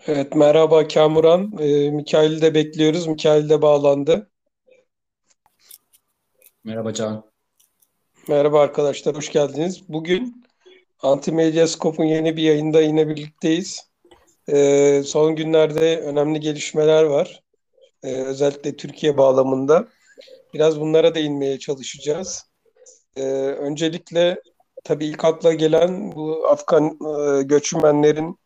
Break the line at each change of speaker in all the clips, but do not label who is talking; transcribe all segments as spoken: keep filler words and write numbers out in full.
Evet, merhaba Kamuran. Ee, Mikail'i de bekliyoruz. Mikail de bağlandı.
Merhaba Can.
Merhaba arkadaşlar, hoş geldiniz. Bugün Antimedyaskop'un yeni bir yayında yine birlikteyiz. Ee, son günlerde önemli gelişmeler var. Ee, özellikle Türkiye bağlamında. Biraz bunlara değinmeye çalışacağız. Ee, öncelikle tabii ilk akla gelen bu Afgan e, göçmenlerin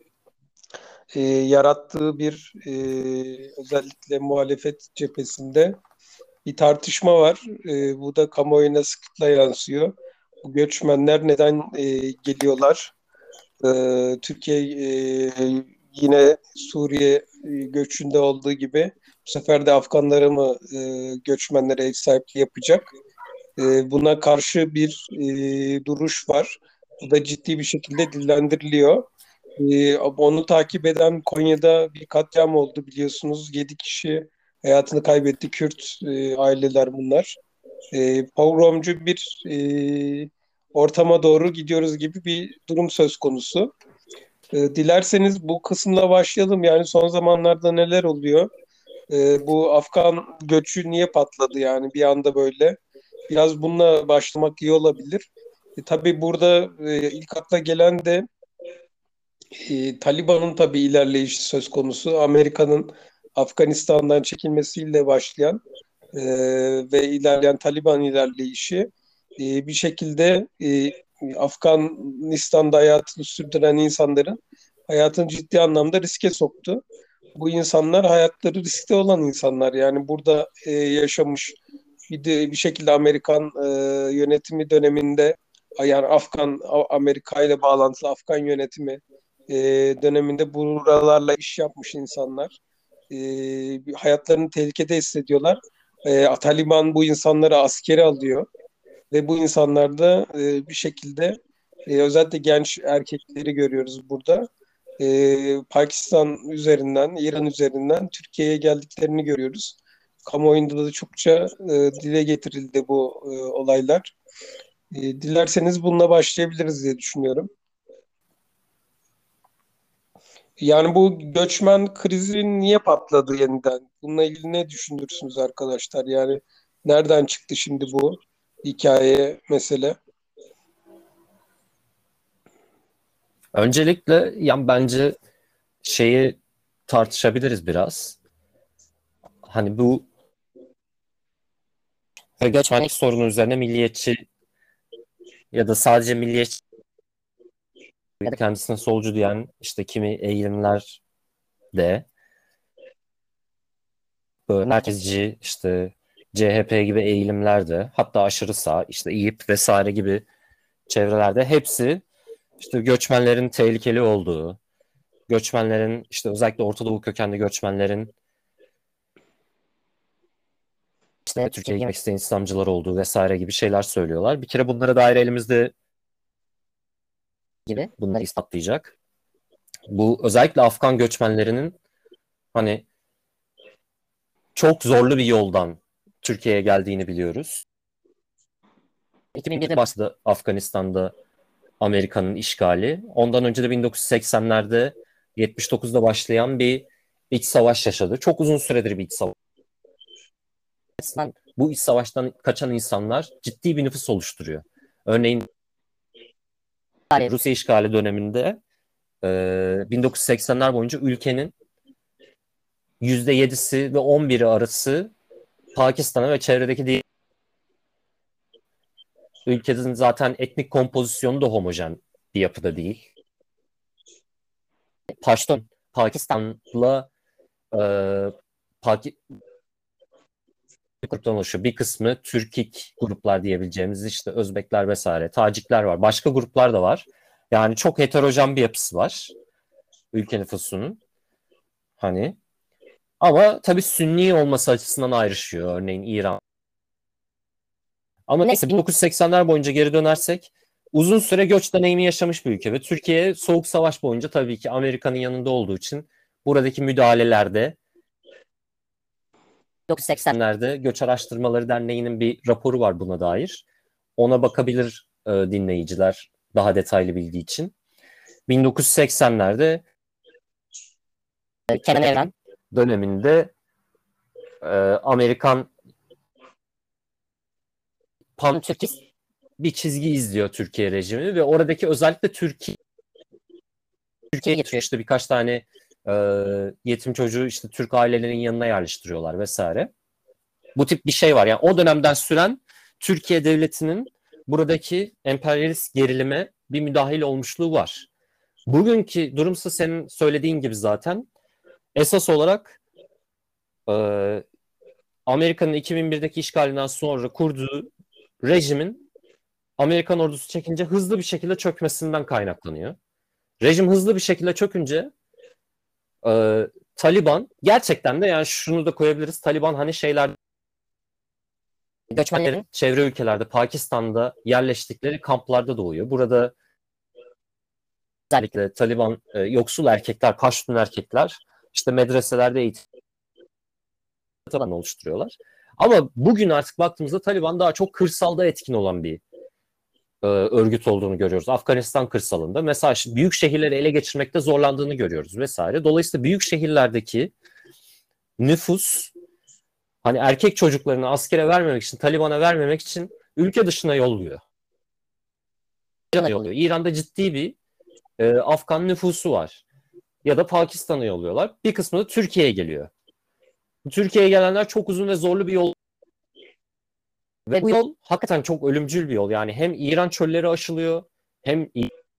e, yarattığı bir e, özellikle muhalefet cephesinde bir tartışma var. E, bu da kamuoyuna sıklıkla yansıyor. Bu göçmenler neden e, geliyorlar? E, Türkiye e, yine Suriye e, göçünde olduğu gibi bu sefer de Afganlara mı e, göçmenlere ev sahipliği yapacak? E, buna karşı bir e, duruş var. Bu da ciddi bir şekilde dillendiriliyor. E, onu takip eden Konya'da bir katliam oldu biliyorsunuz. Yedi kişi hayatını kaybetti. Kürt e, aileler bunlar. E, pogromcu bir e, ortama doğru gidiyoruz gibi bir durum söz konusu. E, dilerseniz bu kısımla başlayalım. Yani son zamanlarda neler oluyor? E, bu Afgan göçü niye patladı yani bir anda böyle? Biraz bununla başlamak iyi olabilir. E, tabii burada e, ilk akla gelen de e, Taliban'ın tabii ilerleyişi söz konusu. Amerika'nın Afganistan'dan çekilmesiyle başlayan e, ve ilerleyen Taliban ilerleyişi e, bir şekilde e, Afganistan'da hayatını sürdüren insanların hayatını ciddi anlamda riske soktu. Bu insanlar hayatları riskte olan insanlar. Yani burada e, yaşamış bir de bir şekilde Amerikan e, yönetimi döneminde yani Afgan Amerika ile bağlantılı Afgan yönetimi e, döneminde buralarla iş yapmış insanlar e, hayatlarını tehlikede hissediyorlar. E, Taliban bu insanları askere alıyor ve bu insanlar da e, bir şekilde e, özellikle genç erkekleri görüyoruz burada. E, Pakistan üzerinden, İran üzerinden Türkiye'ye geldiklerini görüyoruz. Kamuoyunda da çokça e, dile getirildi bu e, olaylar. E, dilerseniz bununla başlayabiliriz diye düşünüyorum. Yani bu göçmen krizi niye patladı yeniden? Bununla ilgili ne düşünürsünüz arkadaşlar? Yani nereden çıktı şimdi bu hikaye, mesele?
Öncelikle yani bence şeyi tartışabiliriz biraz. Hani bu göçmenlik sorunu üzerine milliyetçi ya da sadece milliyetçi ya da kendisine solcu diyen işte kimi eğilimler de böyle merkezci işte C H P gibi eğilimler de hatta aşırı sağ işte İYİP vesaire gibi çevrelerde hepsi işte göçmenlerin tehlikeli olduğu, göçmenlerin işte özellikle Orta Doğu kökenli göçmenlerin işte Türkiye'ye gelmek isteyen İslamcılar olduğu vesaire gibi şeyler söylüyorlar. Bir kere bunlara dair elimizde yine bunları ispatlayacak. Bu özellikle Afgan göçmenlerinin hani çok zorlu bir yoldan Türkiye'ye geldiğini biliyoruz. iki bin birde başladı Afganistan'da Amerika'nın işgali. Ondan önce de bin dokuz yüz seksenlerde yetmiş dokuzda başlayan bir iç savaş yaşadı. Çok uzun süredir bir iç savaş. Bu iç savaştan kaçan insanlar ciddi bir nüfus oluşturuyor. Örneğin Rusya işgali döneminde e, bin dokuz yüz seksenler boyunca ülkenin yüzde yedisi ve on biri arası Pakistan'a ve çevredeki diğer ülkenin zaten etnik kompozisyonu da homojen bir yapıda değil. Paştun, Pakistan'la e, Paki gruptan oluşuyor. Bir kısmı Türkik gruplar diyebileceğimiz işte Özbekler vesaire, Tacikler var. Başka gruplar da var. Yani çok heterojen bir yapısı var ülke nüfusunun. Hani ama tabii Sünni olması açısından ayrışıyor. Örneğin İran. Ama neyse bin dokuz yüz seksenler boyunca geri dönersek uzun süre göç deneyimi yaşamış bir ülke ve Türkiye Soğuk Savaş boyunca tabii ki Amerika'nın yanında olduğu için buradaki müdahalelerde bin dokuz yüz seksenlerde Göç Araştırmaları Derneği'nin bir raporu var buna dair. Ona bakabilir e, dinleyiciler daha detaylı bilgi için. bin dokuz yüz seksenlerde Kenan Evren döneminde e, Amerikan pan-Türkist bir çizgi izliyor Türkiye rejimi ve oradaki özellikle Türkiye Türkiye'ye getiriyor. İşte birkaç tane e, yetim çocuğu işte Türk ailelerin yanına yerleştiriyorlar vesaire. Bu tip bir şey var. Yani o dönemden süren Türkiye devletinin buradaki emperyalist gerilime bir müdahil olmuşluğu var. Bugünkü durumsa senin söylediğin gibi zaten esas olarak e, Amerika'nın iki bin birdeki işgalinden sonra kurduğu rejimin Amerikan ordusu çekince hızlı bir şekilde çökmesinden kaynaklanıyor. Rejim hızlı bir şekilde çökünce e, Taliban gerçekten de yani şunu da koyabiliriz. Taliban hani şeyler göçmenlerin çevre ülkelerde Pakistan'da yerleştikleri kamplarda doğuyor. Burada özellikle Taliban e, yoksul erkekler, Paştun erkekler işte medreselerde eğitim oluşturuyorlar. Ama bugün artık baktığımızda Taliban daha çok kırsalda etkin olan bir e, örgüt olduğunu görüyoruz. Afganistan kırsalında. Mesela büyük şehirleri ele geçirmekte zorlandığını görüyoruz vesaire. Dolayısıyla büyük şehirlerdeki nüfus hani erkek çocuklarını askere vermemek için, Taliban'a vermemek için ülke dışına yolluyor. İran'a yolluyor. İran'da ciddi bir e, Afgan nüfusu var. Ya da Pakistan'a yolluyorlar. Bir kısmı da Türkiye'ye geliyor. Türkiye'ye gelenler çok uzun ve zorlu bir yol. Ve bu yol hakikaten çok ölümcül bir yol. Yani hem İran çölleri aşılıyor, hem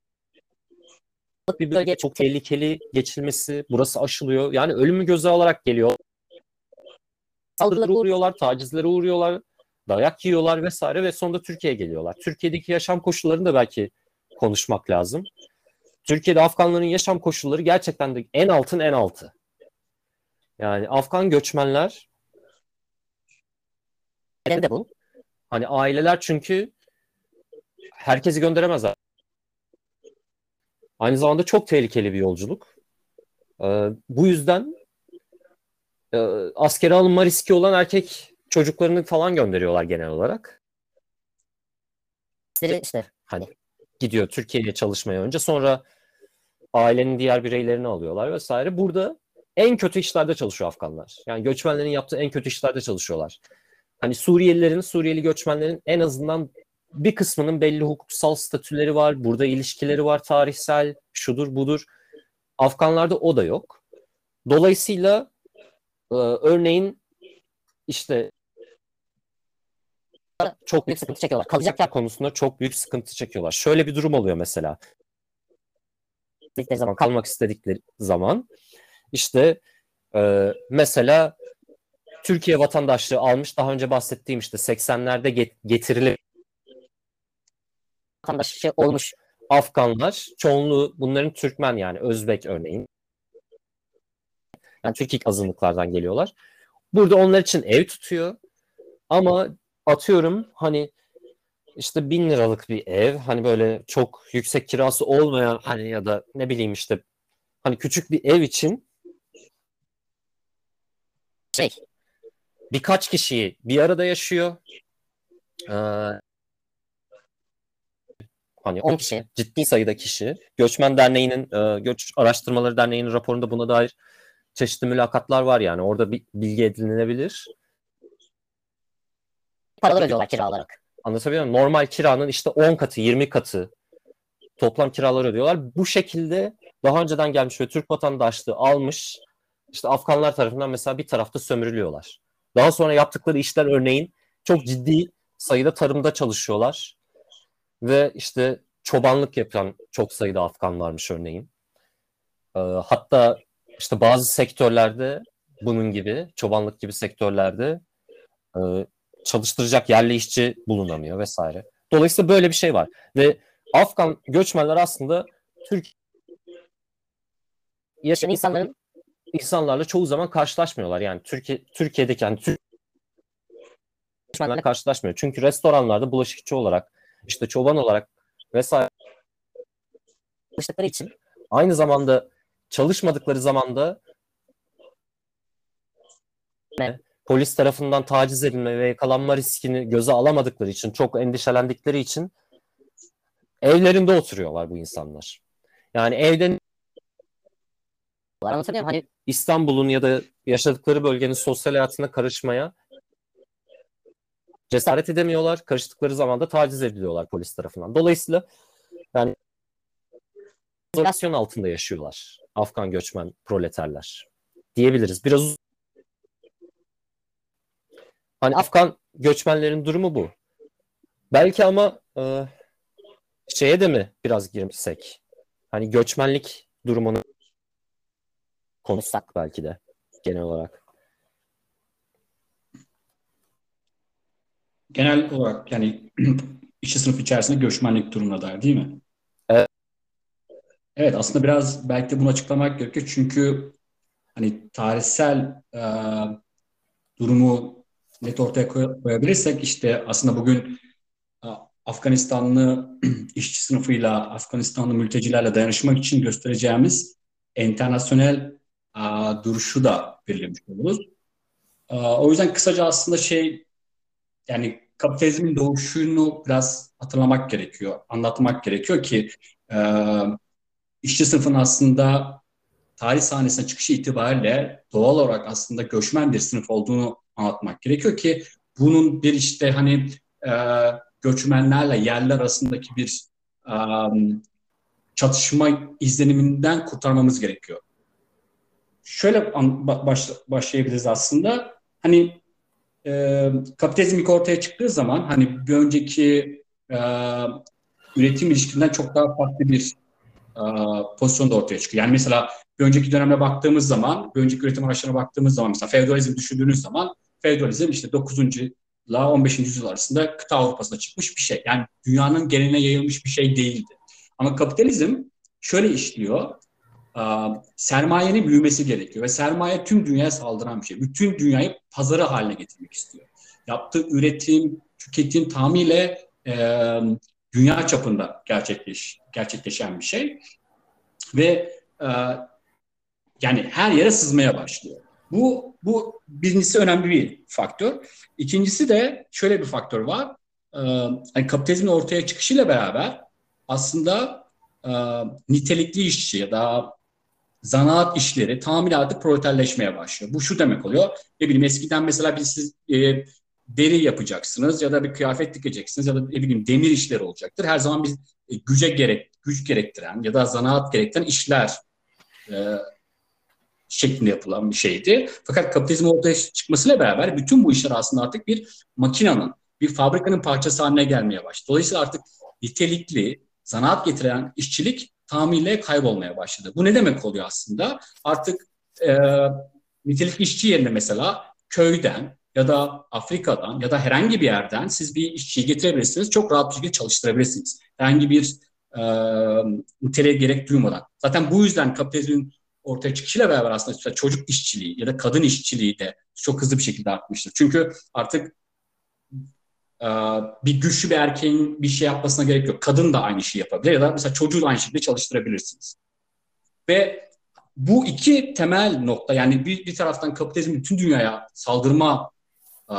bir bölge çok tehlikeli geçilmesi, burası aşılıyor. Yani ölümü göze alarak geliyor. Saldırılara uğruyorlar, tacizlere uğruyorlar, dayak yiyorlar vesaire ve sonunda Türkiye'ye geliyorlar. Türkiye'deki yaşam koşullarını da belki konuşmak lazım. Türkiye'de Afganların yaşam koşulları gerçekten de en altın en altı. Yani Afgan göçmenler de bu. Hani aileler çünkü herkesi gönderemezler. Aynı zamanda çok tehlikeli bir yolculuk. Ee, bu yüzden e, askere alınma riski olan erkek çocuklarını falan gönderiyorlar genel olarak. İşte hani gidiyor Türkiye'ye çalışmaya önce sonra ailenin diğer bireylerini alıyorlar vesaire. Burada en kötü işlerde çalışıyor Afganlar. Yani göçmenlerin yaptığı en kötü işlerde çalışıyorlar. Hani Suriyelilerin, Suriyeli göçmenlerin en azından bir kısmının belli hukuksal statüleri var. Burada ilişkileri var, tarihsel, şudur budur. Afganlarda o da yok. Dolayısıyla e, örneğin işte çok büyük sıkıntı çekiyorlar. Kalacaklar konusunda çok büyük sıkıntı çekiyorlar. Şöyle bir durum oluyor mesela. Zaman kalmak istedikleri zaman işte e, mesela Türkiye vatandaşlığı almış daha önce bahsettiğim işte seksenlerde get- getirilip vatandaşı olmuş Afganlar çoğunluğu bunların Türkmen yani Özbek örneğin. Yani Türkik azınlıklardan geliyorlar. Burada onlar için ev tutuyor ama atıyorum hani işte bin liralık bir ev hani böyle çok yüksek kirası olmayan hani ya da ne bileyim işte hani küçük bir ev için şey birkaç kişiyi bir arada yaşıyor. Ee, hani on kişi ciddi sayıda kişi. Göçmen Derneği'nin e, Göç Araştırmaları Derneği'nin raporunda buna dair çeşitli mülakatlar var yani orada bir bilgi edinilebilir. Paralar ödüyorlar kira olarak. Anlatabiliyor muyum? Normal kiranın işte on katı, yirmi katı toplam kiralar ödüyorlar. Bu şekilde daha önceden gelmiş ve Türk vatandaşlığı almış işte Afganlar tarafından mesela bir tarafta sömürülüyorlar. Daha sonra yaptıkları işler örneğin çok ciddi sayıda tarımda çalışıyorlar ve işte çobanlık yapan çok sayıda Afgan varmış örneğin. Ee, hatta işte bazı sektörlerde bunun gibi çobanlık gibi sektörlerde e, çalıştıracak yerli işçi bulunamıyor vesaire. Dolayısıyla böyle bir şey var ve Afgan göçmenler aslında Türk yaşayan insanların insanlarla çoğu zaman karşılaşmıyorlar. Yani Türkiye Türkiye'deki yani Türk göçmenlerle karşılaşmıyor. Çünkü restoranlarda bulaşıkçı olarak işte çoban olarak vesaire çalıştıkları için aynı zamanda çalışmadıkları zamanda polis tarafından taciz edilme ve yakalanma riskini göze alamadıkları için çok endişelendikleri için evlerinde oturuyorlar bu insanlar. Yani evden Anlatabiliyor muyum? Hani İstanbul'un ya da yaşadıkları bölgenin sosyal hayatına karışmaya cesaret edemiyorlar. Karıştıkları zaman da taciz ediliyorlar polis tarafından. Dolayısıyla yani izolasyon altında yaşıyorlar Afgan göçmen proleterler diyebiliriz. Biraz uz- hani Afgan göçmenlerin durumu bu. Belki ama e, şeye de mi biraz girsek? Hani göçmenlik durumunu konuşsak belki de genel olarak.
Genel olarak yani işçi sınıf içerisinde göçmenlik durumuna dair değil mi?
Evet.
Evet, aslında biraz belki de bunu açıklamak gerekiyor. Çünkü hani tarihsel e, durumu net ortaya koy- koyabilirsek işte aslında bugün e, Afganistanlı işçi sınıfıyla Afganistanlı mültecilerle dayanışmak için göstereceğimiz internasyonel e, duruşu da belirlemiş oluruz. E, o yüzden kısaca aslında şey yani kapitalizmin doğuşunu biraz hatırlamak gerekiyor, anlatmak gerekiyor ki e, işçi sınıfın aslında tarih sahnesine çıkışı itibariyle doğal olarak aslında göçmen bir sınıf olduğunu anlatmak gerekiyor ki bunun bir işte hani e, göçmenlerle yerler arasındaki bir e, çatışma izleniminden kurtarmamız gerekiyor. Şöyle baş, başlayabiliriz aslında. Hani e, kapitalizm ilk ortaya çıktığı zaman hani bir önceki e, üretim ilişkisinden çok daha farklı bir e, pozisyonda ortaya çıkıyor. Yani mesela bir önceki dönemde baktığımız zaman, bir önceki üretim araçlarına baktığımız zaman mesela feodalizm düşündüğünüz zaman feodalizm işte dokuzuncu ile on beşinci yüzyıl arasında kıta Avrupa'sında çıkmış bir şey. Yani dünyanın geneline yayılmış bir şey değildi. Ama kapitalizm şöyle işliyor. E, sermayenin büyümesi gerekiyor ve sermaye tüm dünyaya saldıran bir şey. Bütün dünyayı pazarı haline getirmek istiyor. Yaptığı üretim, tüketim tamamıyla e, dünya çapında gerçekleş, gerçekleşen bir şey ve e, yani her yere sızmaya başlıyor. Bu bu birincisi önemli bir faktör. İkincisi de şöyle bir faktör var. E, yani kapitalizmin ortaya çıkışıyla beraber aslında e, nitelikli işçi ya da zanaat işleri tamamıyla artık proleterleşmeye başlıyor. Bu şu demek oluyor. Ne bileyim eskiden mesela bir siz e, deri yapacaksınız ya da bir kıyafet dikeceksiniz ya da ne bileyim demir işleri olacaktır. Her zaman bir e, güce gerek güç gerektiren ya da zanaat gerektiren işler e, şeklinde yapılan bir şeydi. Fakat kapitalizm ortaya çıkmasıyla beraber bütün bu işler aslında artık bir makinenin, bir fabrikanın parçası haline gelmeye başladı. Dolayısıyla artık nitelikli, zanaat getiren işçilik tamamıyla kaybolmaya başladı. Bu ne demek oluyor aslında? Artık e, nitelikli işçi yerine mesela köyden ya da Afrika'dan ya da herhangi bir yerden siz bir işçiyi getirebilirsiniz. Çok rahat bir şekilde çalıştırabilirsiniz. Herhangi bir e, niteliğe gerek duymadan. Zaten bu yüzden kapitalizmin ortaya çıkışıyla beraber aslında çocuk işçiliği ya da kadın işçiliği de çok hızlı bir şekilde artmıştır. Çünkü artık e, bir güçlü bir erkeğin bir şey yapmasına gerek yok. Kadın da aynı şeyi yapabilir ya da mesela çocuğu da aynı şekilde çalıştırabilirsiniz. Ve bu iki temel nokta yani bir, bir taraftan kapitalizm bütün dünyaya saldırma e,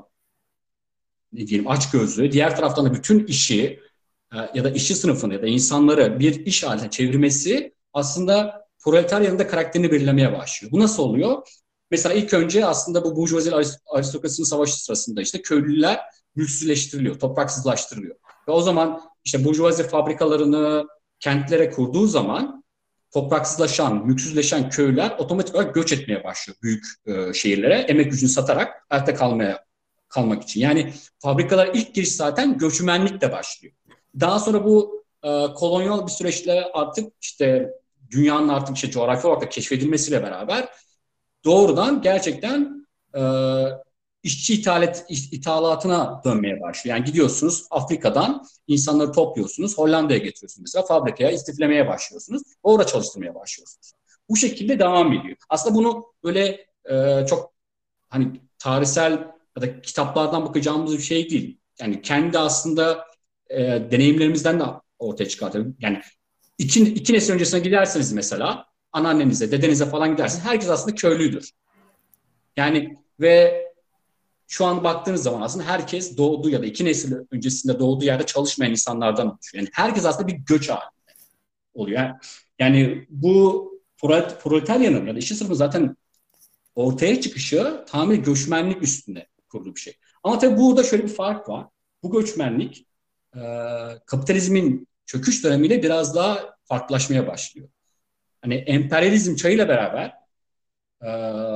ne diyelim açgözlüğü, diğer taraftan da bütün işi e, ya da işçi sınıfını ya da insanları bir iş haline çevirmesi aslında proletaryanın da karakterini belirlemeye başlıyor. Bu nasıl oluyor? Mesela ilk önce aslında bu burjuvazi aristokrasinin savaşı sırasında işte köylüler mülksüzleştiriliyor, topraksızlaştırılıyor. Ve o zaman işte burjuvazi fabrikalarını kentlere kurduğu zaman topraksızlaşan, mülksüzleşen köylüler otomatik olarak göç etmeye başlıyor büyük e, şehirlere, emek gücünü satarak hayatta kalmaya kalmak için. Yani fabrikalar ilk giriş zaten göçmenlikle başlıyor. Daha sonra bu e, kolonyal bir süreçle artık işte dünyanın artık işte coğrafi olarak keşfedilmesiyle beraber doğrudan gerçekten e, işçi ithalat, ithalatına dönmeye başlıyor. Yani gidiyorsunuz Afrika'dan insanları topluyorsunuz, Hollanda'ya getiriyorsunuz mesela fabrikaya istiflemeye başlıyorsunuz, orada çalıştırmaya başlıyorsunuz. Bu şekilde devam ediyor. Aslında bunu böyle e, çok hani tarihsel ya da kitaplardan bakacağımız bir şey değil. Yani kendi aslında e, deneyimlerimizden de ortaya çıkartabilir. Yani iki, iki nesil öncesine giderseniz mesela anneannenize, dedenize falan giderseniz herkes aslında köylüdür. Yani ve şu an baktığınız zaman aslında herkes doğduğu ya da iki nesil öncesinde doğduğu yerde çalışmayan insanlardan oluşuyor. Yani herkes aslında bir göç halinde oluyor. Yani bu prolet, proletaryanın ya da işçi sınıfın zaten ortaya çıkışı tamamen göçmenlik üstünde kurulu bir şey. Ama tabii burada şöyle bir fark var. Bu göçmenlik e, kapitalizmin çöküş dönemiyle biraz daha farklılaşmaya başlıyor. Hani emperyalizm çağıyla beraber e,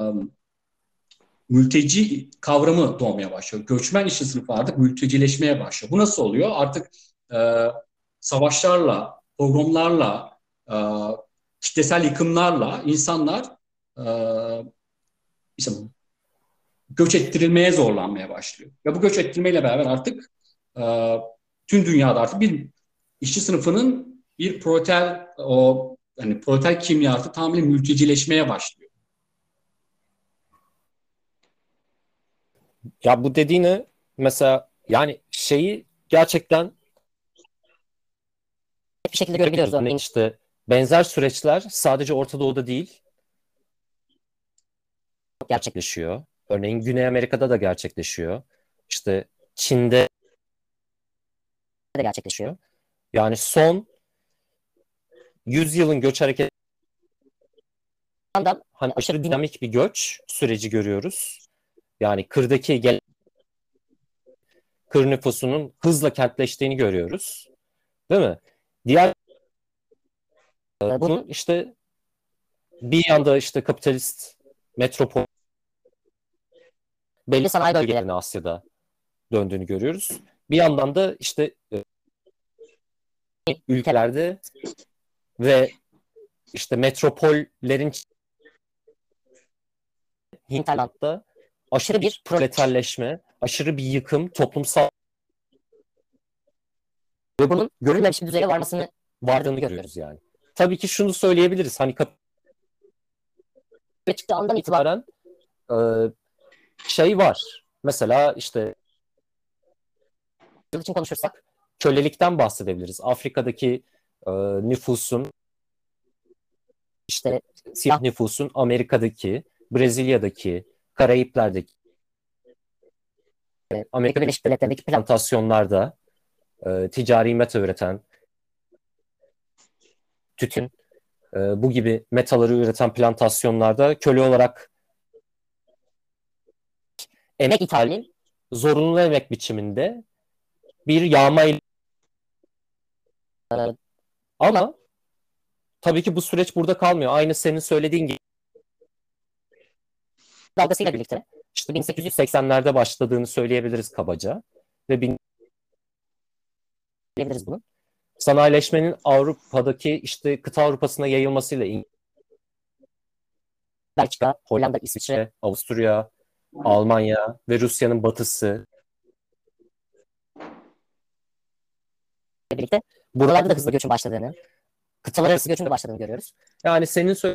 mülteci kavramı doğmaya başlıyor. Göçmen işçi sınıfı artık mültecileşmeye başlıyor. Bu nasıl oluyor? Artık e, savaşlarla, pogromlarla, e, kitlesel yıkımlarla insanlar e, işte göç ettirilmeye zorlanmaya başlıyor. Ve bu göç ettirmeyle beraber artık e, tüm dünyada artık bir işçi sınıfının bir proleter o hani proleter kimliği artık tamamen mültecileşmeye başlıyor.
Ya bu dediğini mesela yani şeyi gerçekten bir şekilde görebiliyoruz. Örneğin işte benzer süreçler sadece Orta Doğu'da değil gerçekleşiyor. Örneğin Güney Amerika'da da gerçekleşiyor. İşte Çin'de de gerçekleşiyor. Yani son yüz yılın göç hareketinden hani aşırı dinamik bir göç süreci görüyoruz. Yani kırdaki gel kır nüfusunun hızla kentleştiğini görüyoruz. Değil mi? Diğer bunun işte bir yanda işte kapitalist metropol belli sanayi bölgelerine Asya'da döndüğünü görüyoruz. Bir yandan da işte ülkelerde ve işte metropollerin hinterlandda aşırı bir proleterleşme, aşırı bir yıkım, toplumsal ve bunun görülmemiş bir düzeye varmasını vardığını görüyoruz yani. Tabii ki şunu söyleyebiliriz. Hani kapitalizm çıktığı andan itibaren e, şey var. Mesela işte için konuşursak kölelikten bahsedebiliriz. Afrika'daki e, nüfusun işte siyah nüfusun Amerika'daki, Brezilya'daki, Karayipler'deki, Amerika Birleşik Devletleri'ndeki plantasyonlarda e, ticari meta üreten, tütün, e, bu gibi metaları üreten plantasyonlarda köle olarak emek ithalinin zorunlu emek biçiminde bir yağma ile e, ama tabii ki bu süreç burada kalmıyor. Aynı senin söylediğin gibi dalgasıyla birlikte işte bin sekiz yüz seksenlerde başladığını söyleyebiliriz kabaca ve bin diyebiliriz bunu. Sanayileşmenin Avrupa'daki işte kıta Avrupa'sına yayılmasıyla Belçika, Hollanda, İsviçre, Avusturya, Almanya ve Rusya'nın batısı birlikte buralarda da hızlı göçün başladığını, kıtalar arası göçün de başladığını görüyoruz. Yani senin söylediğin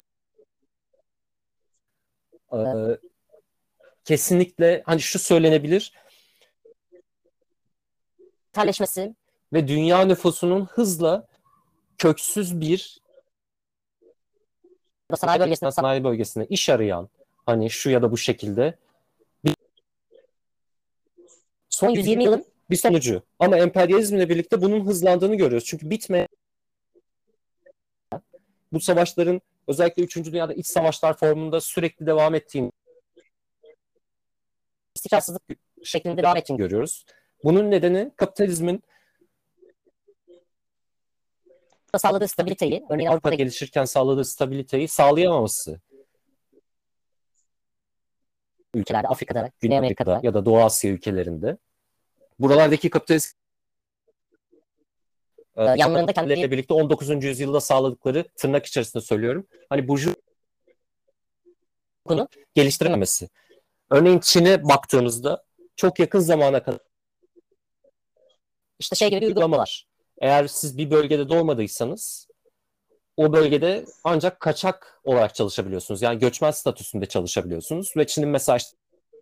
e, kesinlikle hani şu söylenebilir. Terleşmesi ve dünya nüfusunun hızla köksüz bir sanayi bölgesine, sanayi bölgesine iş arayan hani şu ya da bu şekilde bir son yüz yirmi yılın bir sonucu. Ama emperyalizmle birlikte bunun hızlandığını görüyoruz. Çünkü bitmeyen bu savaşların özellikle üçüncü Dünya'da iç savaşlar formunda sürekli devam ettiğini, istikrarsızlık şeklinde devam ettiğini görüyoruz. Bunun nedeni kapitalizmin sağladığı stabiliteyi, örneğin Avrupa'da gelişirken sağladığı stabiliteyi sağlayamaması. Ülkelerde, Afrika'da, Güney Amerika'da ya da Doğu Asya ülkelerinde. Buralardaki kapitalist e, yanlarında kendileriyle birlikte on dokuzuncu yüzyılda sağladıkları tırnak içerisinde söylüyorum. Hani burjuva bunu geliştirememesi. Örneğin Çin'e baktığımızda çok yakın zamana kadar işte şey gibi bir uygulama var. Eğer siz bir bölgede doğmadıysanız o bölgede ancak kaçak olarak çalışabiliyorsunuz. Yani göçmen statüsünde çalışabiliyorsunuz. Ve Çin'in mesela işte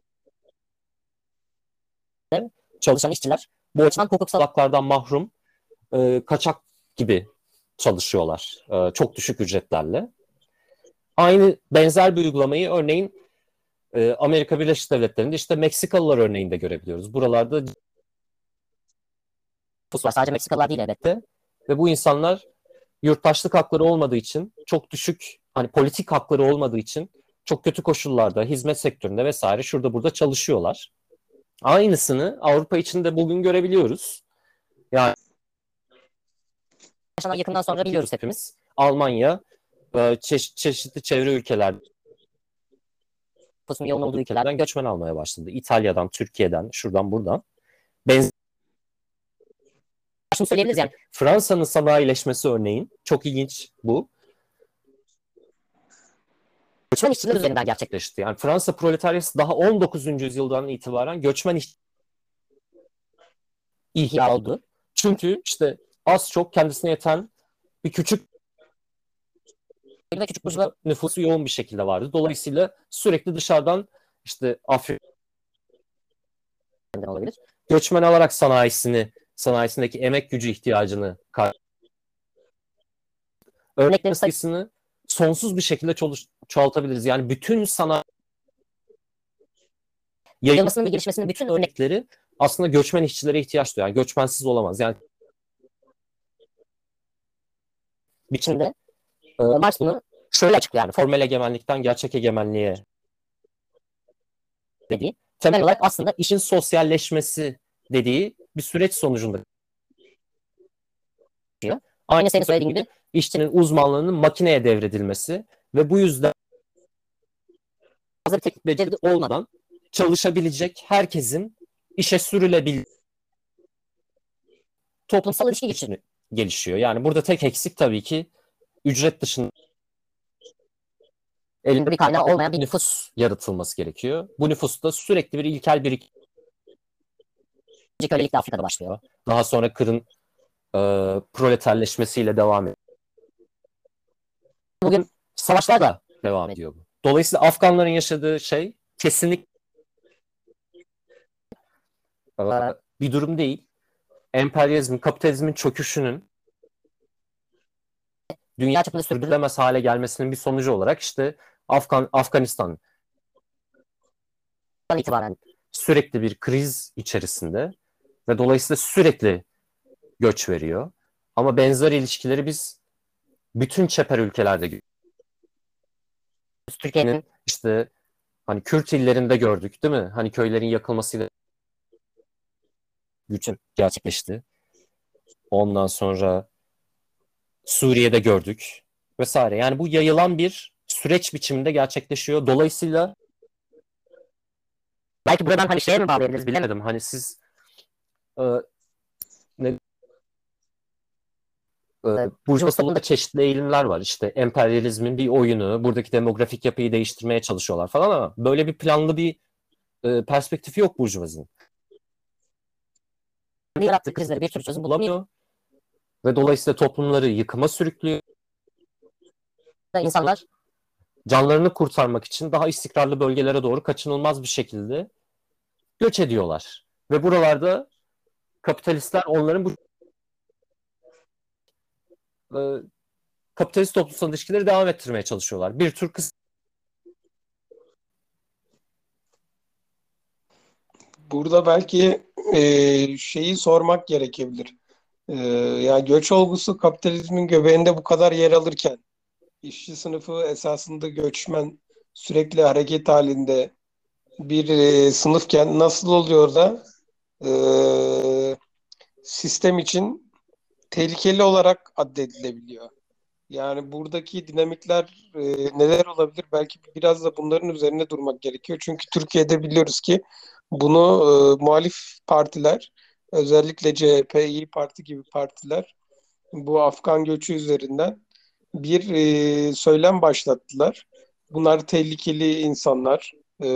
çalışan işçiler bu açıdan hukuksal haklardan mahrum e, kaçak gibi çalışıyorlar. E, çok düşük ücretlerle. Aynı benzer bir uygulamayı örneğin e, Amerika Birleşik Devletleri'nde işte Meksikalılar örneğinde görebiliyoruz. Buralarda nüfus var. Sadece Meksikalılar değil elbette. Ve bu insanlar yurttaşlık hakları olmadığı için çok düşük hani politik hakları olmadığı için çok kötü koşullarda, hizmet sektöründe vesaire şurada burada çalışıyorlar. Aynısını Avrupa içinde bugün görebiliyoruz. Yani yakından sonra biliyoruz hepimiz. Almanya, çeşit, çeşitli çevre ülkeler, nüfusun yoğun olduğu ülkelerden göçmen almaya başladı. İtalya'dan, Türkiye'den, şuradan buradan. Benzer şunu söyleyebiliriz yani. Fransa'nın sanayileşmesi örneğin çok ilginç bu. Göçmen işçiler üzerinden gerçekleşti. Yani Fransa proletaryası daha on dokuzuncu yüzyıldan itibaren göçmen işçi ihya oldu. Çünkü işte az çok kendisine yeten bir küçük ve küçük burjuva nüfusu yoğun bir şekilde vardı. Dolayısıyla sürekli dışarıdan işte Afrika'dan olabilir. Göçmen alarak sanayisini, sanayisindeki emek gücü ihtiyacını örneklerin sayısını sonsuz bir şekilde ço- çoğaltabiliriz. Yani bütün sanayi yayılmasının ve gelişmesinin bütün örnekleri aslında göçmen işçilere ihtiyaç duyuyor. Yani göçmensiz olamaz. Yani biçimde e, Marx bunu şöyle açıklıyor. Yani formel egemenlikten gerçek egemenliğe dediği temel olarak aslında işin sosyalleşmesi dediği bir süreç sonucunda. Aynı senin söylediğin gibi işçinin uzmanlığının makineye devredilmesi ve bu yüzden fazla bir teknik beceri olmadan çalışabilecek herkesin işe sürülebildiği toplumsal ilişki gelişiyor. Yani burada tek eksik tabii ki ücret dışında elinde bir kaynağı olmayan bir nüfus yaratılması gerekiyor. Bu nüfus da sürekli bir ilkel birikim. Kölelikle Afrika'da başlıyor. Daha sonra Kırım e, proleterleşmesiyle devam ediyor. Bugün savaşlar da devam ediyor. Dolayısıyla Afganların yaşadığı şey kesinlikle e, bir durum değil. Emperyalizmin, kapitalizmin çöküşünün dünya çapında sürdürülemez hale gelmesinin bir sonucu olarak işte Afgan, Afganistan itibaren sürekli bir kriz içerisinde ve dolayısıyla sürekli göç veriyor. Ama benzer ilişkileri biz bütün çeper ülkelerde görüyoruz. Türkiye'nin işte hani Kürt illerinde gördük değil mi? Hani köylerin yakılmasıyla göçün gerçekleşti. Ondan sonra Suriye'de gördük vesaire. Yani bu yayılan bir süreç biçiminde gerçekleşiyor. Dolayısıyla belki buradan hani şeye mi bağlayabiliriz bilemedim. Hani siz e, ne, e, Burjuva solunda çeşitli eğilimler var. İşte emperyalizmin bir oyunu, buradaki demografik yapıyı değiştirmeye çalışıyorlar falan ama böyle bir planlı bir e, perspektifi yok Burjuvazinin. Yarattığı krizleri bir türlü çözüm bulamıyor ve dolayısıyla toplumları yıkıma sürüklüyor. İnsanlar canlarını kurtarmak için daha istikrarlı bölgelere doğru kaçınılmaz bir şekilde göç ediyorlar. Ve buralarda kapitalistler onların bu e, kapitalist toplumsal ilişkileri devam ettirmeye çalışıyorlar. Bir tür kıs
Burada belki e, şeyi sormak gerekebilir. E, yani göç olgusu kapitalizmin göbeğinde bu kadar yer alırken işçi sınıfı esasında göçmen sürekli hareket halinde bir e, sınıfken nasıl oluyor da e, sistem için tehlikeli olarak addedilebiliyor? Yani buradaki dinamikler e, neler olabilir? Belki biraz da bunların üzerine durmak gerekiyor. Çünkü Türkiye'de biliyoruz ki bunu e, muhalif partiler, özellikle C H P, İyi Parti gibi partiler bu Afgan göçü üzerinden bir e, söylem başlattılar. Bunlar tehlikeli insanlar. E,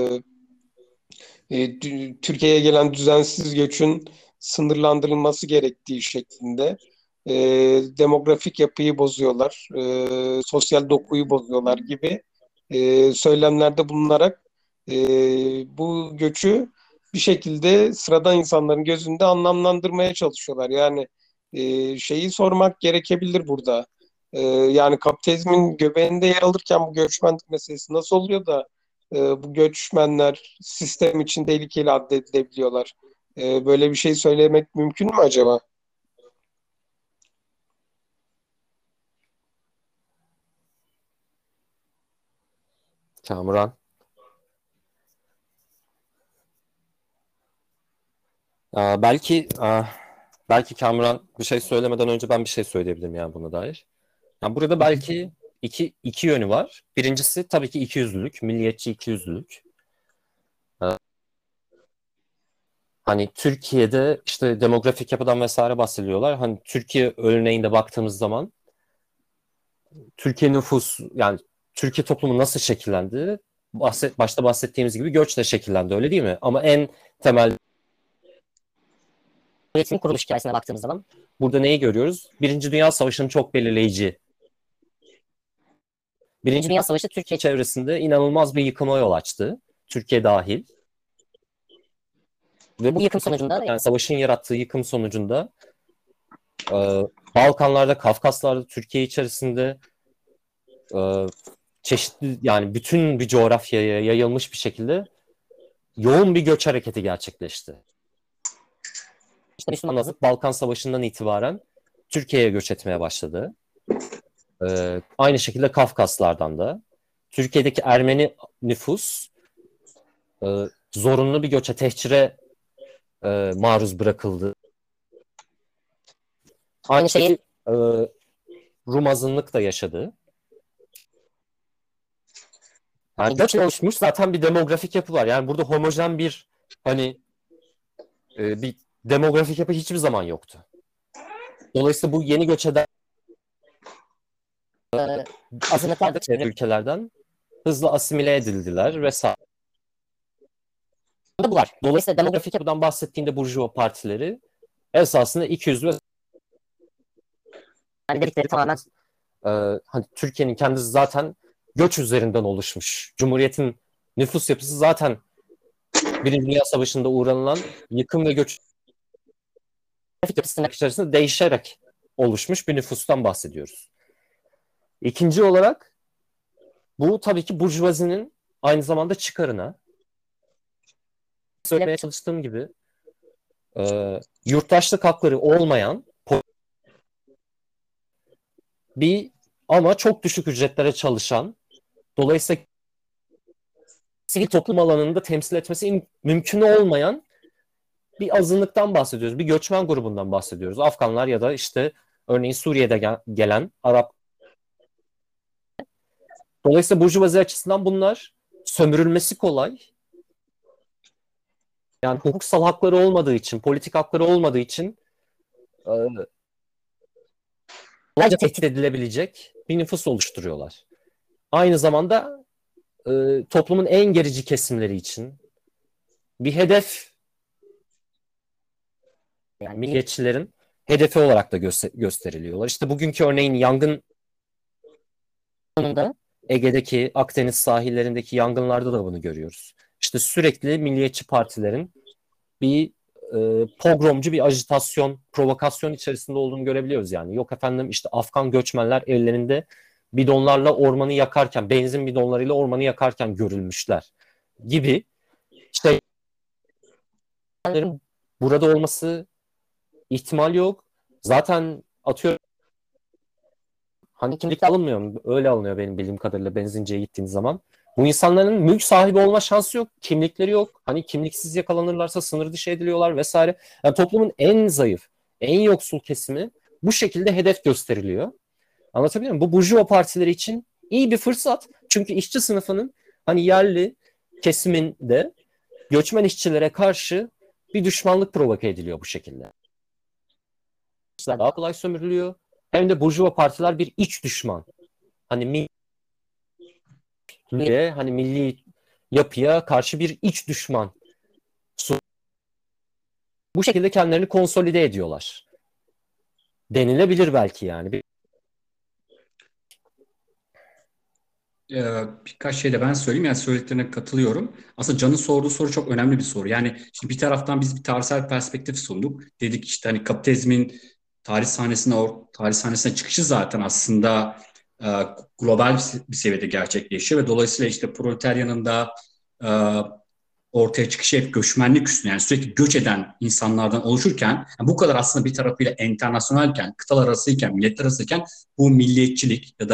e, Türkiye'ye gelen düzensiz göçün sınırlandırılması gerektiği şeklinde e, demografik yapıyı bozuyorlar, e, sosyal dokuyu bozuyorlar gibi e, söylemlerde bulunarak e, bu göçü bir şekilde sıradan insanların gözünde anlamlandırmaya çalışıyorlar. Yani e, şeyi sormak gerekebilir burada. E, yani kapitalizmin göbeğinde yer alırken bu göçmenlik meselesi nasıl oluyor da e, bu göçmenler sistem için tehlikeli addedilebiliyorlar. E, böyle bir şey söylemek mümkün mü acaba?
Kamuran. Aa, belki aa, belki Kamuran bir şey söylemeden önce ben bir şey söyleyebilirim yani buna dair. Yani burada belki iki iki yönü var. Birincisi tabii ki ikiyüzlülük, milliyetçi ikiyüzlülük. Ee, Hani Türkiye'de işte demografik yapıdan vesaire bahsediyorlar. Hani Türkiye örneğinde baktığımız zaman Türkiye nüfus yani Türkiye toplumu nasıl şekillendi? Bahset, başta bahsettiğimiz gibi göçle şekillendi, öyle değil mi? Ama en temel Cumhuriyet'in kuruluş hikayesine baktığımız zaman burada neyi görüyoruz? Birinci Dünya Savaşı'nın çok belirleyici. Birinci Dünya Savaşı Türkiye çevresinde inanılmaz bir yıkıma yol açtı. Türkiye dahil. Ve bu yıkım sonucunda yani savaşın yarattığı yıkım sonucunda e, Balkanlarda, Kafkaslarda, Türkiye içerisinde e, çeşitli yani bütün bir coğrafyaya yayılmış bir şekilde yoğun bir göç hareketi gerçekleşti. İşte Müslüman azınlık Balkan Savaşı'ndan itibaren Türkiye'ye göç etmeye başladı. Ee, aynı şekilde Kafkaslardan da. Türkiye'deki Ermeni nüfus e, zorunlu bir göçe, tehcire e, maruz bırakıldı. Aynı şeyi e, Rum azınlık da yaşadı. Yani göçle oluşmuş zaten bir demografik yapı var. Yani burada homojen bir hani e, bir demografik yapı hiçbir zaman yoktu. Dolayısıyla bu yeni göç eden e, azınlıklar da çevre ülkelerden hızlı asimile edildiler vesaire. Bu var. Dolayısıyla demografik yapıdan bahsettiğinde Burjuva partileri esasında ikiyüzlü ve yani dedikleri tamamen e, hani Türkiye'nin kendisi zaten göç üzerinden oluşmuş. Cumhuriyetin nüfus yapısı zaten Birinci Dünya Savaşı'nda uğranılan yıkım ve göç yapısının içerisinde değişerek oluşmuş bir nüfustan bahsediyoruz. İkinci olarak bu tabii ki burjuvazinin aynı zamanda çıkarına söylemeye çalıştığım gibi e, yurttaşlık hakları olmayan bir ama çok düşük ücretlere çalışan, dolayısıyla sivil toplum alanında temsil etmesi mümkün olmayan bir azınlıktan bahsediyoruz. Bir göçmen grubundan bahsediyoruz. Afganlar ya da işte örneğin Suriye'de gel- gelen Arap. Dolayısıyla burjuvazi açısından bunlar sömürülmesi kolay. Yani hukuksal hakları olmadığı için, politik hakları olmadığı için e, kolayca tehdit edilebilecek bir nüfus oluşturuyorlar. Aynı zamanda e, toplumun en gerici kesimleri için bir hedef, yani milliyetçilerin hedefi olarak da göster- gösteriliyorlar. İşte bugünkü örneğin yangın sonunda Ege'deki, Akdeniz sahillerindeki yangınlarda da bunu görüyoruz. İşte sürekli milliyetçi partilerin bir e, pogromcu bir ajitasyon, provokasyon içerisinde olduğunu görebiliyoruz yani. Yok efendim işte Afgan göçmenler ellerinde bidonlarla ormanı yakarken, benzin bidonlarıyla ormanı yakarken görülmüşler gibi işte burada olması ihtimal yok. Zaten atıyorum hani kimlik alınmıyor mu? Öyle alınıyor benim bildiğim kadarıyla benzinciye gittiğiniz zaman. Bu insanların mülk sahibi olma şansı yok. Kimlikleri yok. Hani kimliksiz yakalanırlarsa sınır dışı ediliyorlar vesaire. Yani toplumun en zayıf, en yoksul kesimi bu şekilde hedef gösteriliyor. Anlatabiliyor muyum? Bu burjuva partileri için iyi bir fırsat. Çünkü işçi sınıfının hani yerli kesiminde göçmen işçilere karşı bir düşmanlık provoke ediliyor bu şekilde. İşte daha kolay sömürülüyor. Hem de burjuva partiler bir iç düşman. Hani milli, hani milli yapıya karşı bir iç düşman. Bu şekilde kendilerini konsolide ediyorlar. Denilebilir belki yani.
Ee, birkaç şey de ben söyleyeyim. Yani söylediklerine katılıyorum. Aslında Can'ın sorduğu soru çok önemli bir soru. Yani şimdi bir taraftan biz bir tarihsel perspektif sunduk. Dedik işte hani kapitalizmin tarih sahnesine, or- tarih sahnesine çıkışı zaten aslında e, global bir, bir seviyede gerçekleşiyor ve dolayısıyla işte proletaryanın da e, ortaya çıkışı hep göçmenlik üstüne, yani sürekli göç eden insanlardan oluşurken, yani bu kadar aslında bir tarafıyla enternasyonelken, kıtalar arasıyken, milletler arasıyken bu milliyetçilik ya da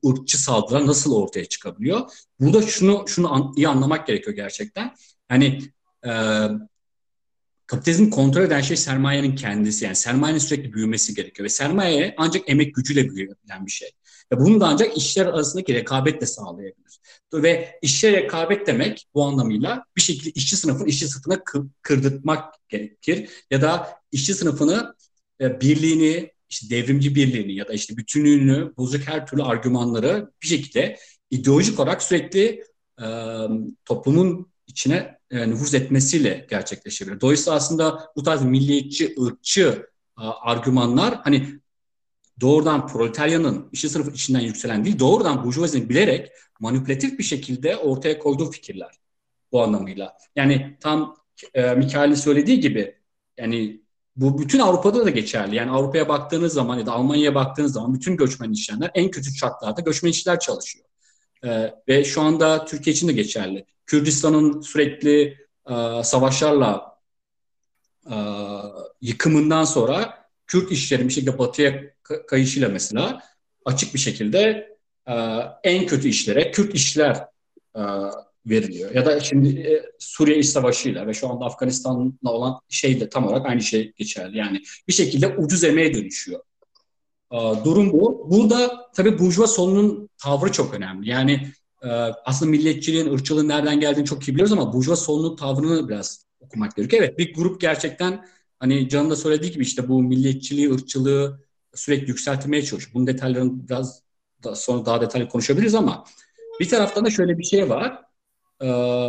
bu ırkçı saldırılar nasıl ortaya çıkabiliyor? Burada şunu şunu an, iyi anlamak gerekiyor gerçekten. Hani e, kapitalizmi kontrol eden şey sermayenin kendisi. Yani sermayenin sürekli büyümesi gerekiyor. Ve sermaye ancak emek gücüyle büyüyen bir şey. Ve bunu da ancak işler arasındaki rekabetle sağlayabilir. Ve işçi rekabet demek bu anlamıyla bir şekilde işçi sınıfını işçi sınıfına kırdırtmak gerekir. Ya da işçi sınıfını e, birliğini, işte devrimci birliğini ya da işte bütünlüğünü bozacak her türlü argümanları bir şekilde ideolojik olarak sürekli e, toplumun içine e, nüfuz etmesiyle gerçekleşebilir. Dolayısıyla aslında bu tarz milliyetçi, ırkçı a, argümanlar hani doğrudan proletaryanın işçi sınıfı içinden yükselen değil, doğrudan burjuvazinin bilerek manipülatif bir şekilde ortaya koyduğu fikirler bu anlamıyla. Yani tam e, Mikail'in söylediği gibi yani bu bütün Avrupa'da da geçerli. Yani Avrupa'ya baktığınız zaman ya da Almanya'ya baktığınız zaman bütün göçmen işçiler en kötü şartlarda göçmen işçiler çalışıyor. Ee, ve şu anda Türkiye için de geçerli. Kürdistan'ın sürekli e, savaşlarla e, yıkımından sonra Kürt işçilerin bir şekilde batıya kayışıyla mesela açık bir şekilde e, en kötü işlere Kürt işçiler e, veriliyor. Ya da şimdi e, Suriye İç Savaşı'yla ve şu anda Afganistan'la olan şeyle tam olarak aynı şey geçerli. Yani bir şekilde ucuz emeğe dönüşüyor. Durum bu. Burada tabii burjuva solunun tavrı çok önemli. Yani e, aslında milliyetçiliğin, ırkçılığın nereden geldiğini çok iyi biliyoruz ama burjuva solunun tavrını biraz okumak gerekiyor. Evet, bir grup gerçekten hani Can'ın da söylediği gibi işte bu milliyetçiliği, ırkçılığı sürekli yükseltmeye çalışıyor. Bunun detaylarını biraz daha sonra daha detaylı konuşabiliriz ama bir taraftan da şöyle bir şey var. Ee,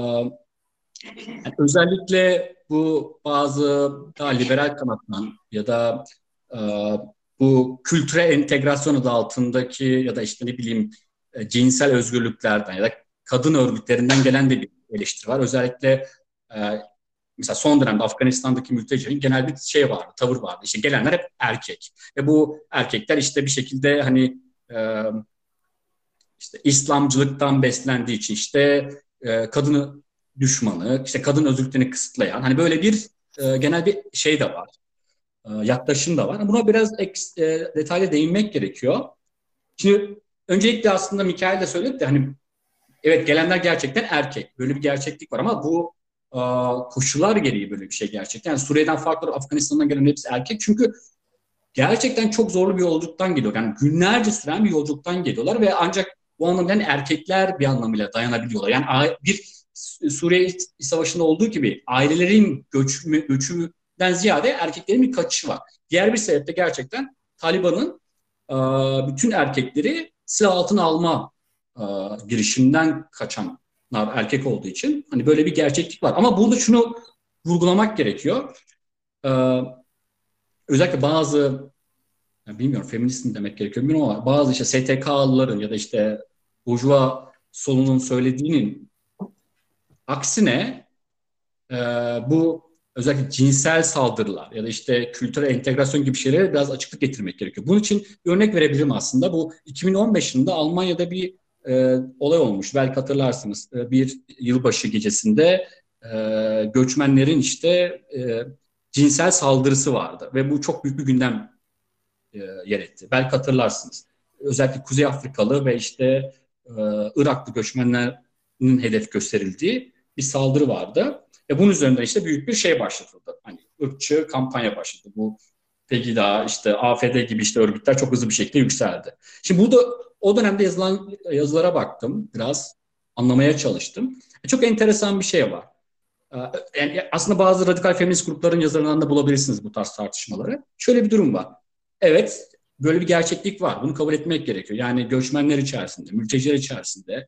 yani özellikle bu bazı daha liberal kanattan ya da e, bu kültürel entegrasyon adı altındaki ya da işte ne bileyim e, cinsel özgürlüklerden ya da kadın örgütlerinden gelen de bir eleştiri var. Özellikle e, mesela son dönemde Afganistan'daki mültecilerin genel bir şey vardı, tavır vardı. İşte gelenler hep erkek. Ve bu erkekler işte bir şekilde hani e, işte İslamcılıktan beslendiği için işte e, kadını düşmanı, işte kadın özgürlüklerini kısıtlayan hani böyle bir e, genel bir şey de var. E, yaklaşım da var. Buna biraz ek, e, detaylı değinmek gerekiyor. Şimdi öncelikle aslında Mikail de söyledi de hani evet gelenler gerçekten erkek. Böyle bir gerçeklik var ama bu e, koşullar gereği böyle bir şey gerçekten. Yani Suriye'den farklı, Afganistan'dan gelen hepsi erkek. Çünkü gerçekten çok zorlu bir yolculuktan geliyor. Yani günlerce süren bir yolculuktan geliyorlar ve ancak bu anlamda yani erkekler bir anlamıyla dayanabiliyorlar. Yani bir Suriye Savaşı'nda olduğu gibi ailelerin göçü, göçünden ziyade erkeklerin bir kaçışı var. Diğer bir sebep de gerçekten Taliban'ın bütün erkekleri silah altına alma girişiminden kaçanlar erkek olduğu için hani böyle bir gerçeklik var. Ama burada şunu vurgulamak gerekiyor. Özellikle bazı yani bilmiyorum feminist mi demek gerekiyor bilmiyorum ama bazı işte S T K'lıların ya da işte burjuva solunun söylediğinin aksine e, bu özellikle cinsel saldırılar ya da işte kültürel entegrasyon gibi şeylere biraz açıklık getirmek gerekiyor. Bunun için bir örnek verebilirim aslında. Bu iki bin on beş yılında Almanya'da bir e, olay olmuş. Belki hatırlarsınız. E, bir yılbaşı gecesinde e, göçmenlerin işte e, cinsel saldırısı vardı ve bu çok büyük bir gündem e, yer etti. Belki hatırlarsınız. Özellikle Kuzey Afrikalı ve işte e, Iraklı göçmenlerin hedef gösterildiği bir saldırı vardı. Ve bunun üzerinden işte büyük bir şey başlatıldı. Hani ırkçı kampanya başladı. Bu Pegida, işte A F D gibi işte örgütler çok hızlı bir şekilde yükseldi. Şimdi burada o dönemde yazılan yazılara baktım. Biraz anlamaya çalıştım. Çok enteresan bir şey var. Yani aslında bazı radikal feminist grupların yazılarından da bulabilirsiniz bu tarz tartışmaları. Şöyle bir durum var. Evet, böyle bir gerçeklik var. Bunu kabul etmek gerekiyor. Yani göçmenler içerisinde, mülteciler içerisinde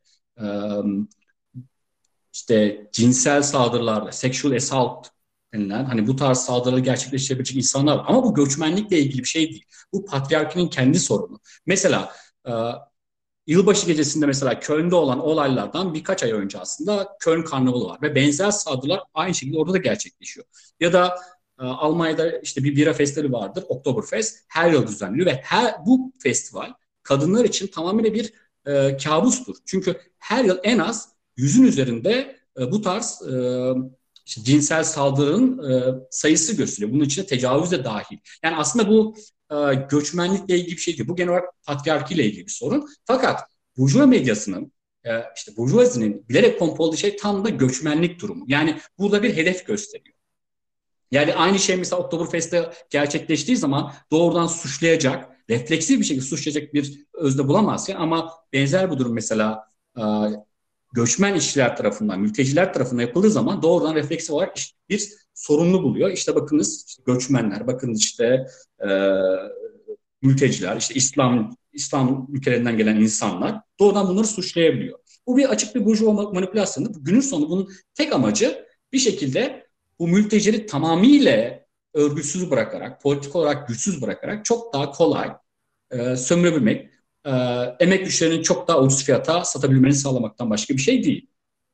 işte cinsel saldırılarla, sexual assault denilen hani bu tarz saldırıları gerçekleştirebilecek insanlar var. Ama bu göçmenlikle ilgili bir şey değil. Bu patriarkinin kendi sorunu. Mesela yılbaşı gecesinde mesela Köln'de olan olaylardan birkaç ay önce aslında Köln Karnavalı var ve benzer saldırılar aynı şekilde orada da gerçekleşiyor. Ya da e, Almanya'da işte bir bira festivali vardır, Oktoberfest, her yıl düzenliyor ve her bu festival kadınlar için tamamıyla bir e, kabustur. Çünkü her yıl en az yüzün üzerinde e, bu tarz e, işte cinsel saldırının e, sayısı gösteriyor. Bunun içine tecavüz de dahil. Yani aslında bu göçmenlikle ilgili bir şey değil. Bu genel olarak patriarkiyle ilgili bir sorun. Fakat burjuva medyasının, e, işte burjuvazinin bilerek pompaladığı şey tam da göçmenlik durumu. Yani burada bir hedef gösteriyor. Yani aynı şey mesela Oktoberfest'te gerçekleştiği zaman doğrudan suçlayacak, refleksif bir şekilde suçlayacak bir özne bulamazsın. Ama benzer bu durum mesela e, göçmen işçiler tarafından, mülteciler tarafından yapıldığı zaman doğrudan refleksif olarak bir sorumlu buluyor. İşte bakınız işte göçmenler, bakın işte e, mülteciler, işte İslam İslam ülkelerinden gelen insanlar doğrudan bunları suçlayabiliyor. Bu bir açık bir burjuva manipülasyonu. Günün sonu bunun tek amacı bir şekilde bu mültecileri tamamıyla örgütsüz bırakarak, politik olarak güçsüz bırakarak çok daha kolay e, sömürebilmek, e, emek güçlerinin çok daha ucuz fiyata satabilmeni sağlamaktan başka bir şey değil.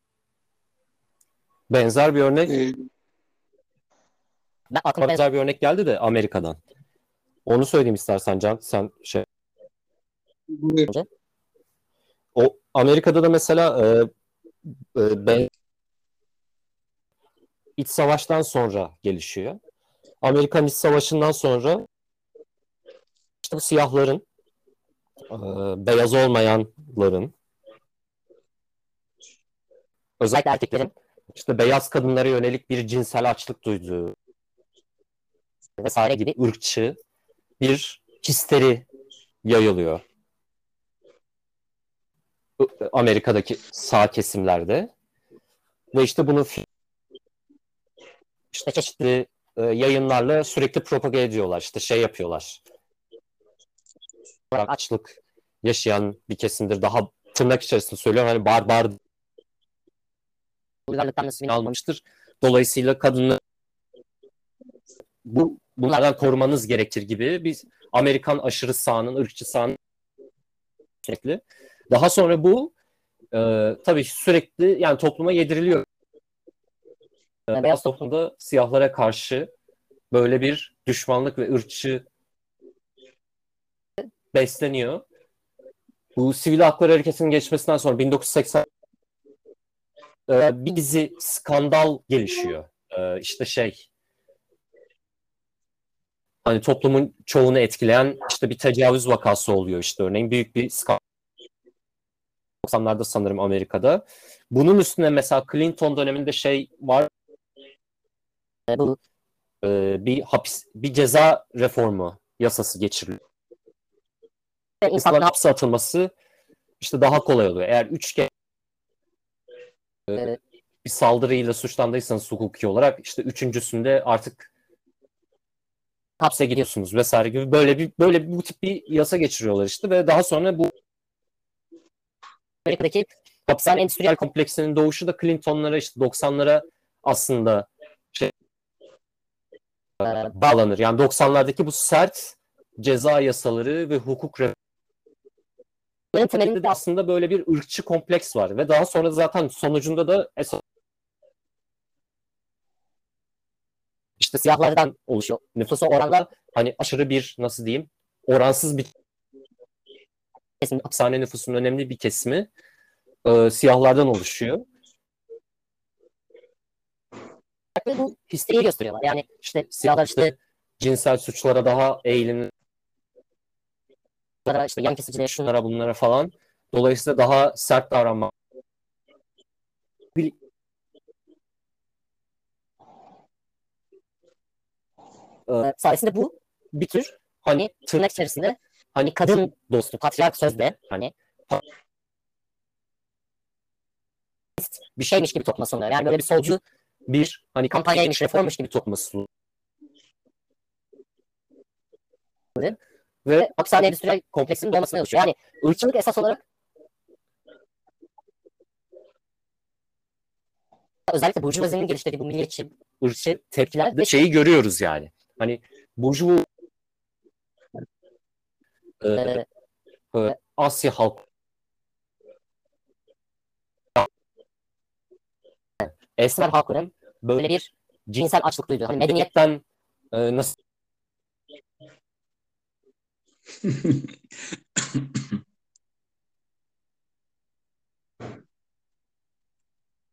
Benzer bir örnek,
Ee,
ben aklıma benzer bir örnek geldi de Amerika'dan. Onu söyleyeyim istersen Can, sen şey.
buyur.
O Amerika'da da mesela e, e, ben, iç savaştan sonra gelişiyor. Amerikan İç Savaşı'ndan sonra işte bu siyahların, e, beyaz olmayanların, özellikle erkeklerin işte beyaz kadınlara yönelik bir cinsel açlık duyduğu vesaire gibi ırkçı bir histeri yayılıyor Amerika'daki sağ kesimlerde. Ve işte bunu işte çeşitli e, yayınlarla sürekli propaganda ediyorlar. İşte şey yapıyorlar. Açlık yaşayan bir kesimdir. Daha tırnak içerisinde söylüyorum. Hani barbar uygarlıktan nasibini almamıştır. Dolayısıyla kadını bu bunlardan korumanız gerekir gibi bir Amerikan aşırı sağının, ırkçı sağının sürekli. Daha sonra bu e, tabii sürekli yani topluma yediriliyor. E, beyaz toplumda siyahlara karşı böyle bir düşmanlık ve ırkçı besleniyor. Bu sivil haklar hareketinin geçmesinden sonra bin dokuz yüz seksen e, bir dizi skandal gelişiyor. E, işte şey hani toplumun çoğunu etkileyen işte bir tecavüz vakası oluyor işte örneğin büyük bir skandal doksanlarda sanırım Amerika'da. Bunun üstüne mesela Clinton döneminde şey var bu e, bir hapis bir ceza reformu yasası geçiriliyor. İnsanların hapse atılması işte daha kolay oluyor. Eğer üç kez e, bir saldırıyla suçlandıysanız hukuki olarak işte üçüncüsünde artık hapse gidiyorsunuz vesaire gibi böyle bir böyle bir, bu tip bir yasa geçiriyorlar işte ve daha sonra bu Amerika'daki hapishane endüstriyel kompleksinin doğuşu da Clinton'lara işte doksanlara aslında şey, e, bağlanır. Yani doksanlardaki bu sert ceza yasaları ve hukuk reformlarının temelinde de aslında böyle bir ırkçı kompleks var ve daha sonra zaten sonucunda da esas işte siyahlardan oluşuyor. Nüfusa oranla hani aşırı bir nasıl diyeyim oransız bir kesim, hapishane nüfusunun önemli bir kesimi e, siyahlardan oluşuyor. Ve bu hisleri gösteriyorlar. Yani işte siyahlar işte cinsel suçlara daha eğilimli, işte yan kesicilere, şunlara bunlara falan. Dolayısıyla daha sert davranmak. E, sayesinde bu bir tür hani tırnak içerisinde hani kadın dostu, patriark sözde hani bir şeymiş gibi topluma sunuyor. Yani böyle bir solcu bir hani kampanyaymış, reformmuş gibi topluma sunuyor. Ve hapishane endüstriyel kompleksinin doğmasına oluşuyor. Yani ırkçılık esas olarak özellikle burjuvazinin geliştirdiği bu milliyetçi, ırkçı tepkiler de şeyi görüyoruz yani. Hani burjuva e, e, Asya halk esmer halkların böyle bir cinsel açlık duyduğu. Hani medeniyetten e, nasıl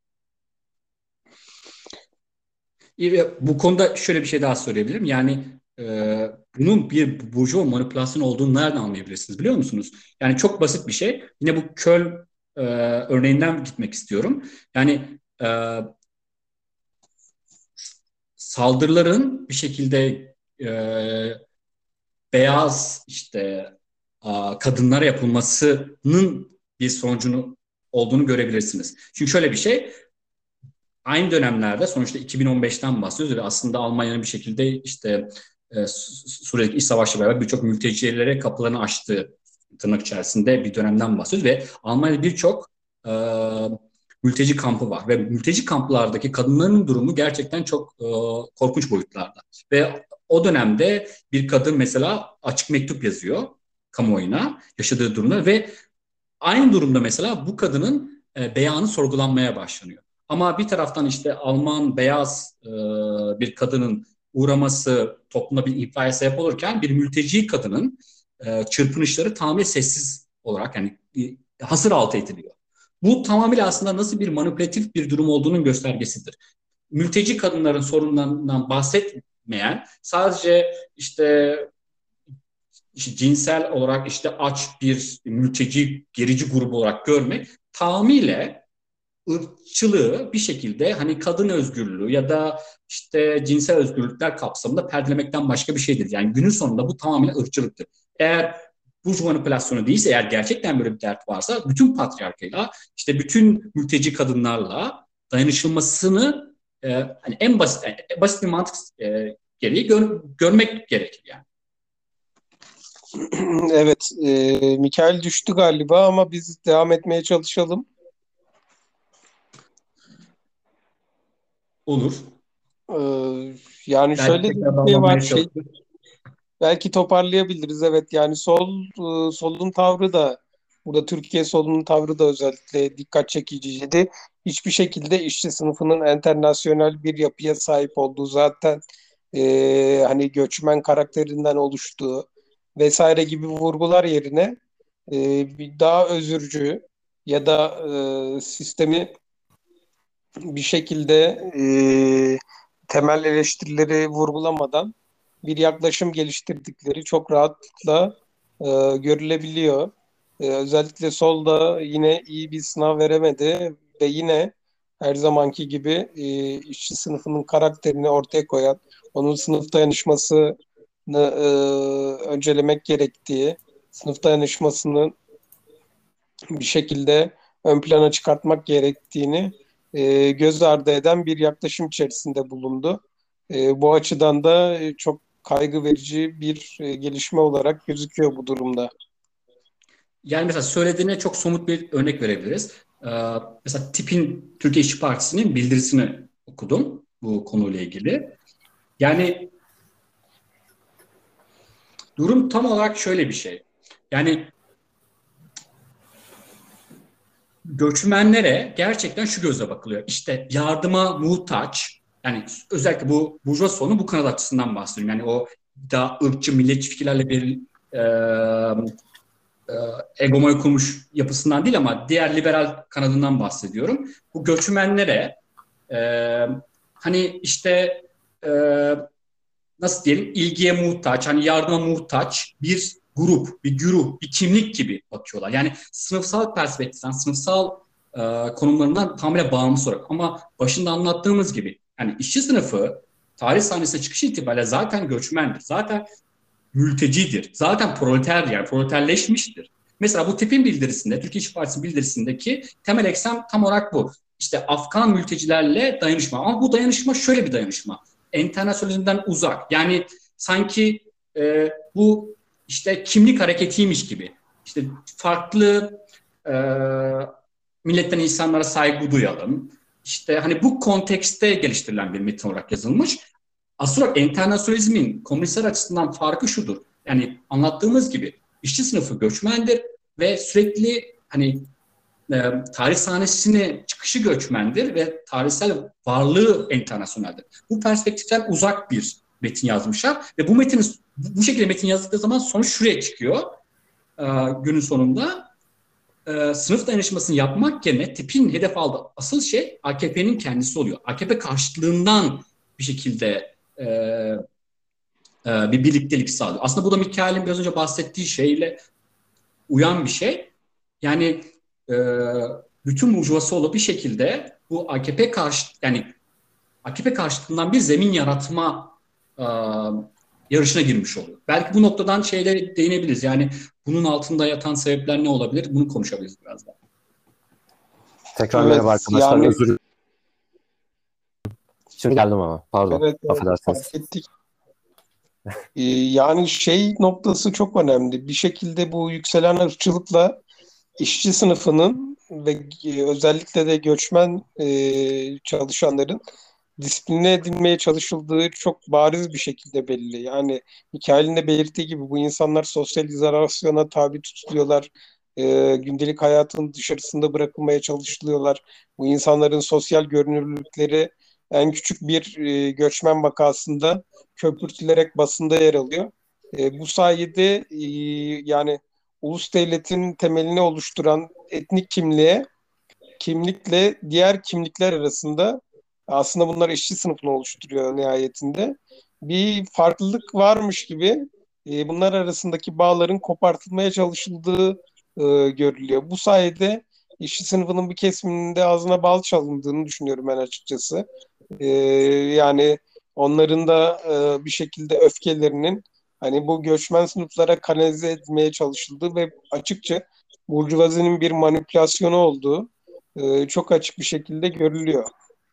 Bu konuda şöyle bir şey daha söyleyebilirim. Yani e, bunun bir burjuva manipülasyonu olduğunu nereden anlayabilirsiniz biliyor musunuz? Yani çok basit bir şey. Yine bu Köln e, örneğinden gitmek istiyorum. Yani e, saldırıların bir şekilde e, beyaz işte a, kadınlara yapılmasının bir sonucunu olduğunu görebilirsiniz. Çünkü şöyle bir şey, aynı dönemlerde sonuçta iki bin on beşten bahsediyoruz ve aslında Almanya'nın bir şekilde işte e, Suriye'deki iç savaşla beraber birçok mültecilere kapılarını açtığı tırnak içerisinde bir dönemden bahsediyoruz ve Almanya'da birçok e, mülteci kampı var ve mülteci kamplardaki kadınların durumu gerçekten çok e, korkunç boyutlarda. Ve o dönemde bir kadın mesela açık mektup yazıyor kamuoyuna yaşadığı durumda ve aynı durumda mesela bu kadının e, beyanı sorgulanmaya başlanıyor. Ama bir taraftan işte Alman beyaz e, bir kadının uğraması toplumda bir infiale sebep olurken bir mülteci kadının e, çırpınışları tamamen sessiz olarak yani e, hasır altı ediliyor. Bu tamamıyla aslında nasıl bir manipülatif bir durum olduğunun göstergesidir. Mülteci kadınların sorunlarından bahsetmeyen, sadece işte işte cinsel olarak işte aç bir mülteci gerici grubu olarak görmek tamamıyla ırkçılığı bir şekilde hani kadın özgürlüğü ya da işte cinsel özgürlükler kapsamında perdelemekten başka bir şeydir. Yani günün sonunda bu tamamen ırkçılıktır. Eğer bu manipülasyonu değilse, eğer gerçekten böyle bir dert varsa bütün patriarkayla, işte bütün mülteci kadınlarla dayanışılmasını e, hani en basit en basit bir mantık e, gereği gör, görmek gerekir yani.
Evet, e, Mikail düştü galiba ama biz devam etmeye çalışalım.
Olur.
Ee, Yani
Belki
şöyle de
tekrar
bir şey var.
bağlamaya
Şey,
çalışırız.
belki toparlayabiliriz. Evet, yani sol e, solun tavrı da burada Türkiye solunun tavrı da özellikle dikkat çekiciydi. Hiçbir şekilde işçi sınıfının internasyonel bir yapıya sahip olduğu, zaten e, hani göçmen karakterinden oluştuğu vesaire gibi vurgular yerine e, bir daha özürcü ya da e, sistemi bir şekilde e, temel eleştirileri vurgulamadan bir yaklaşım geliştirdikleri çok rahatlıkla e, görülebiliyor. E, özellikle solda yine iyi bir sınav veremedi ve yine her zamanki gibi e, işçi sınıfının karakterini ortaya koyan, onun sınıf dayanışmasını e, öncelemek gerektiği, sınıf dayanışmasının bir şekilde ön plana çıkartmak gerektiğini e, göz ardı eden bir yaklaşım içerisinde bulundu. E, bu açıdan da e, çok kaygı verici bir e, gelişme olarak gözüküyor bu durumda.
Yani mesela söylediğine çok somut bir örnek verebiliriz. Ee, mesela tipin Türkiye İşçi Partisi'nin bildirisini okudum bu konuyla ilgili. Yani durum tam olarak şöyle bir şey. Yani göçmenlere gerçekten şu gözle bakılıyor. İşte yardıma muhtaç, yani özellikle bu burjuva sonu bu kanat açısından bahsediyorum. Yani o daha ırkçı, milliyetçi fikirlerle bir e, e, egomoy kurmuş yapısından değil ama diğer liberal kanadından bahsediyorum. Bu göçmenlere e, hani işte e, nasıl diyelim ilgiye muhtaç, hani yardıma muhtaç bir grup, bir güruh, bir kimlik gibi bakıyorlar. Yani sınıfsal perspektiften, sınıfsal e, konumlarından tamamen bağımsız olarak. Ama başında anlattığımız gibi yani işçi sınıfı tarih sahnesine çıkış itibariyle zaten göçmendir. Zaten mültecidir. Zaten proleter yani proleterleşmiştir. Mesela bu tipin bildirisinde, Türkiye İşçi Partisi bildirisindeki temel eksem tam olarak bu. İşte Afgan mültecilerle dayanışma. Ama bu dayanışma şöyle bir dayanışma. Enternasyonalizmden uzak. Yani sanki e, bu işte kimlik hareketiymiş gibi. İşte farklı e, milletten insanlara saygı duyalım. İşte hani bu kontekste geliştirilen bir metin olarak yazılmış. Asıl olarak enternasyonalizmin komünistler açısından farkı şudur. Yani anlattığımız gibi işçi sınıfı göçmendir ve sürekli hani e, tarih sahnesine çıkışı göçmendir ve tarihsel varlığı enternasyoneldir. Bu perspektiften uzak bir metin yazmışlar ve bu metin bu şekilde metin yazdıkları zaman sonuç şuraya çıkıyor. E, günün sonunda e, sınıf dayanışmasını yapmak yerine tipin hedef aldığı asıl şey A K P'nin kendisi oluyor. A K P karşıtlığından bir şekilde e, e, bir birliktelik sağlıyor. Aslında bu da Mikail'in biraz önce bahsettiği şeyle uyan bir şey. Yani e, bütün burjuvazı bir şekilde bu A K P karşı yani A K P karşıtından bir zemin yaratma e, yarışına girmiş oluyor. Belki bu noktadan şeylere değinebiliriz. Yani bunun altında yatan sebepler ne olabilir? Bunu konuşabiliriz biraz daha.
Tekrar
Evet,
merhaba arkadaşlar.
yani
Özür dilerim. Şimdi geldim ama. Pardon.
evet, evet, fark
Affedersiniz.
ettik. Ee, yani şey noktası çok önemli. Bir şekilde bu yükselen ırkçılıkla işçi sınıfının ve e, özellikle de göçmen e, çalışanların disipline edilmeye çalışıldığı çok bariz bir şekilde belli. Yani Mikail'in de belirttiği gibi bu insanlar sosyal izolasyona tabi tutuluyorlar. E, gündelik hayatın dışarısında bırakılmaya çalışılıyorlar. Bu insanların sosyal görünürlükleri en küçük bir e, göçmen vakasında köpürtülerek basında yer alıyor. E, bu sayede e, yani ulus devletin temelini oluşturan etnik kimliğe, kimlikle diğer kimlikler arasında aslında bunlar işçi sınıfını oluşturuyor nihayetinde. Bir farklılık varmış gibi e, bunlar arasındaki bağların kopartılmaya çalışıldığı e, görülüyor. Bu sayede işçi sınıfının bir kesiminin de ağzına bal çalındığını düşünüyorum ben açıkçası. E, yani onların da e, bir şekilde öfkelerinin hani bu göçmen sınıflara kanalize etmeye çalışıldığı ve açıkça burjuvazinin bir manipülasyonu olduğu e, çok açık bir şekilde görülüyor.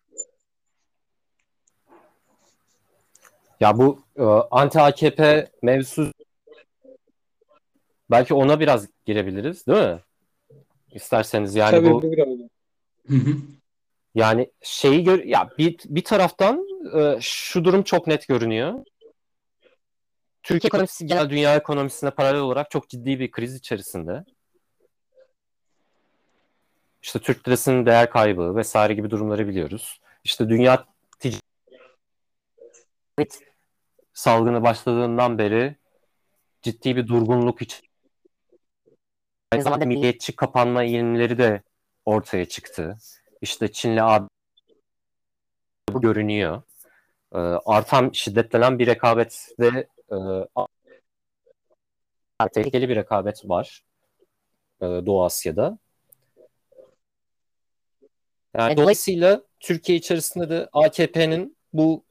Ya bu e, anti-A K P mevzusu belki ona biraz girebiliriz, değil mi? İsterseniz yani
Tabii
bu
buyur abi.
Hı hı.
yani şeyi gör ya bir bir taraftan e, şu durum çok net görünüyor. Türkiye ekonomisi genel dünya ekonomisine paralel olarak çok ciddi bir kriz içerisinde. İşte Türk lirasının değer kaybı vesaire gibi durumları biliyoruz. İşte dünya ticaret salgını başladığından beri ciddi bir durgunluk için. Aynı zamanda milliyetçi kapanma eğilimleri de ortaya çıktı. İşte Çin'le A B bu görünüyor. Ee, artan, şiddetlenen bir rekabet ve e, tehlikeli bir rekabet var e, Doğu Asya'da. Yani dolayısıyla Türkiye içerisinde de A K P'nin bu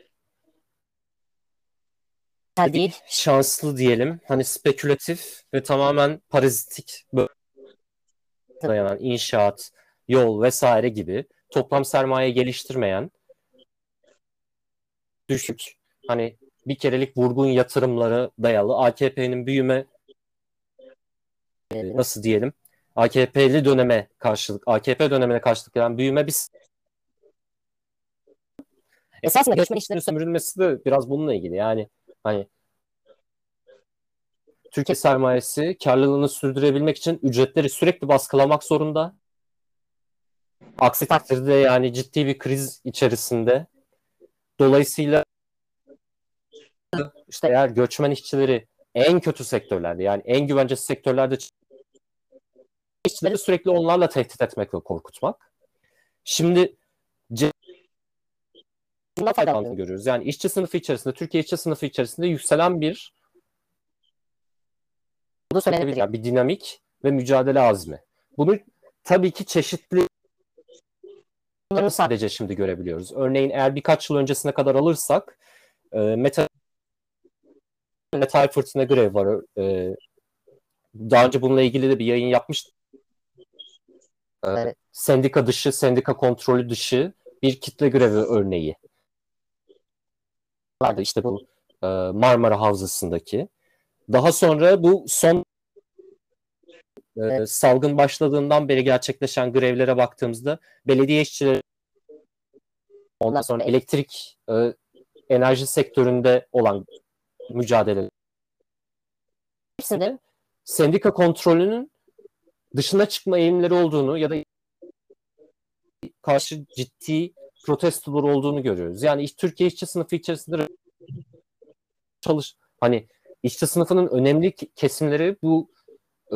değil, şanslı diyelim, hani spekülatif ve tamamen parazitik dayanan inşaat, yol vesaire gibi toplam sermaye geliştirmeyen düşük, hani bir kerelik vurgun yatırımlara dayalı A K P'nin büyüme e, nasıl diyelim A K P'li döneme karşılık A K P dönemine karşılık gelen büyüme bir esasında göçmen işlerin sömürülmesi de biraz bununla ilgili. Yani hani Türkiye sermayesi karlılığını sürdürebilmek için ücretleri sürekli baskılamak zorunda. Aksi takdirde yani ciddi bir kriz içerisinde. Dolayısıyla işte eğer göçmen işçileri en kötü sektörlerde yani en güvencesiz sektörlerde işçileri sürekli onlarla tehdit etmek ve korkutmak. Şimdi bundan faydalandığını görüyoruz. Yani işçi sınıfı içerisinde, Türkiye işçi sınıfı içerisinde yükselen bir bu da söylenebilir yani bir dinamik ve mücadele azmi. Bunu tabii ki çeşitli sadece şimdi görebiliyoruz. Örneğin eğer birkaç yıl öncesine kadar alırsak e, metal, metal fırtına grev var. E, daha önce bununla ilgili de bir yayın yapmıştım. E, sendika dışı, sendika kontrolü dışı bir kitle grevi örneği. Vardı işte bu e, Marmara Havzası'ndaki. Daha sonra bu son e, salgın başladığından beri gerçekleşen grevlere baktığımızda belediye işçileri ondan sonra elektrik e, enerji sektöründe olan mücadele hepsinde sendika kontrolünün dışına çıkma eğilimleri olduğunu ya da karşı ciddi protestolar olduğunu görüyoruz. Yani Türkiye işçi sınıfı içerisinde çalış hani işçi sınıfının önemli kesimleri bu e,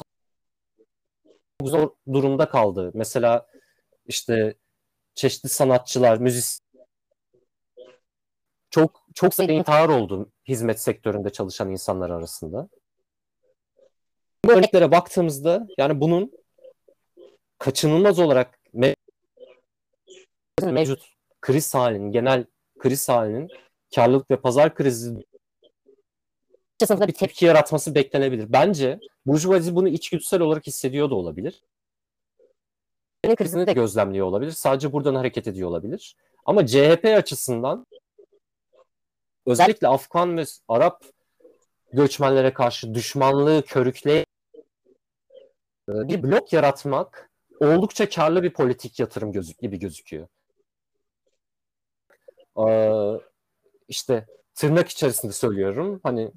zor durumda kaldı. Mesela işte çeşitli sanatçılar, müzisyenler çok çok sayıda intihar oldu hizmet sektöründe çalışan insanlar arasında. Bu örneklere baktığımızda yani bunun kaçınılmaz olarak me- mevcut kriz halinin, genel kriz halinin karlılık ve pazar krizi sınıfında bir tepki yaratması beklenebilir. Bence Burjuvazi bunu içgüdüsel olarak hissediyor da olabilir. Krizini de gözlemliyor olabilir. Sadece buradan hareket ediyor olabilir. Ama C H P açısından özellikle Afgan ve Arap göçmenlere karşı düşmanlığı körükleyen bir blok yaratmak oldukça karlı bir politik yatırım gözük gibi gözüküyor. Ee, işte tırnak içerisinde söylüyorum. Hani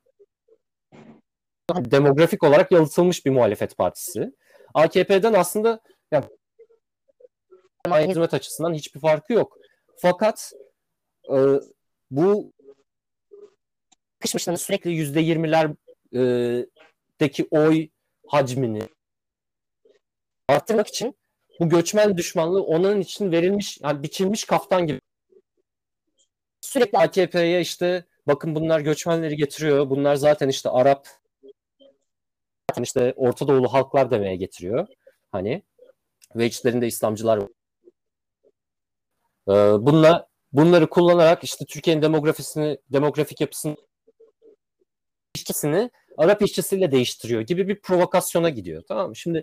demografik olarak yalıtılmış bir muhalefet partisi. A K P'den aslında yani, hizmet açısından hiçbir farkı yok. Fakat e, bu kışmışların sürekli yüzde yirmilerdeki oy hacmini arttırmak için bu göçmen düşmanlığı onun için verilmiş, yani biçilmiş kaftan gibi. Sürekli A K P'ye işte bakın bunlar göçmenleri getiriyor. Bunlar zaten işte Arap, zaten işte Orta Doğulu halklar demeye getiriyor. Hani ve içlerinde İslamcılar var. Ee, bununla bunları kullanarak işte Türkiye'nin demografisini, demografik yapısını, işçisini Arap işçisiyle değiştiriyor gibi bir provokasyona gidiyor. Tamam mı? Şimdi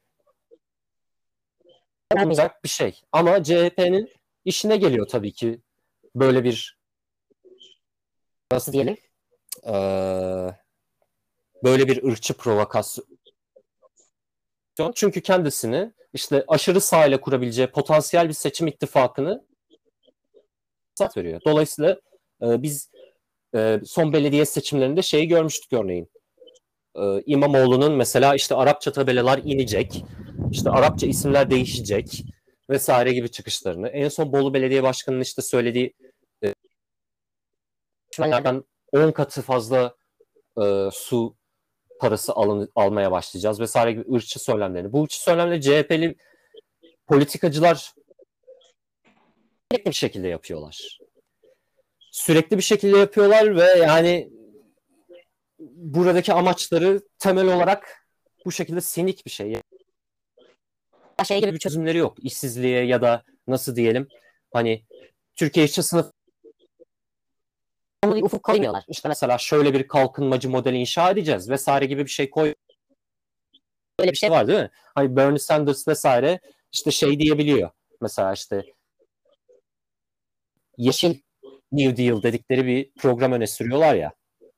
olmayacak bir şey. Ama C H P'nin işine geliyor tabii ki böyle bir, nasıl diyelim, ee, böyle bir ırkçı provokasyon. Çünkü kendisini işte aşırı sağ ile kurabileceği potansiyel bir seçim ittifakını fırsat veriyor. Dolayısıyla e, biz e, son belediye seçimlerinde şeyi görmüştük örneğin. E, İmamoğlu'nun mesela işte Arapça tabelalar inecek, işte Arapça isimler değişecek vesaire gibi çıkışlarını. En son Bolu Belediye Başkanı'nın işte söylediği e, on katı fazla e, su parası alın, almaya başlayacağız vesaire gibi ırkçı söylemlerini. Bu ırkçı söylemleri C H P'li politikacılar sürekli bir şekilde yapıyorlar. Sürekli bir şekilde yapıyorlar ve yani buradaki amaçları temel olarak bu şekilde sinik bir şey. Şey gibi bir çözümleri yok. İşsizliğe ya da nasıl diyelim, hani Türkiye işçi sınıfı bir ufuk koymuyorlar. İşte mesela şöyle bir kalkınmacı modeli inşa edeceğiz vesaire gibi bir şey koy. Böyle bir şey var değil mi? Hani Bernie Sanders vesaire işte şey diyebiliyor. Mesela işte Yeşil New Deal dedikleri bir program öne sürüyorlar ya.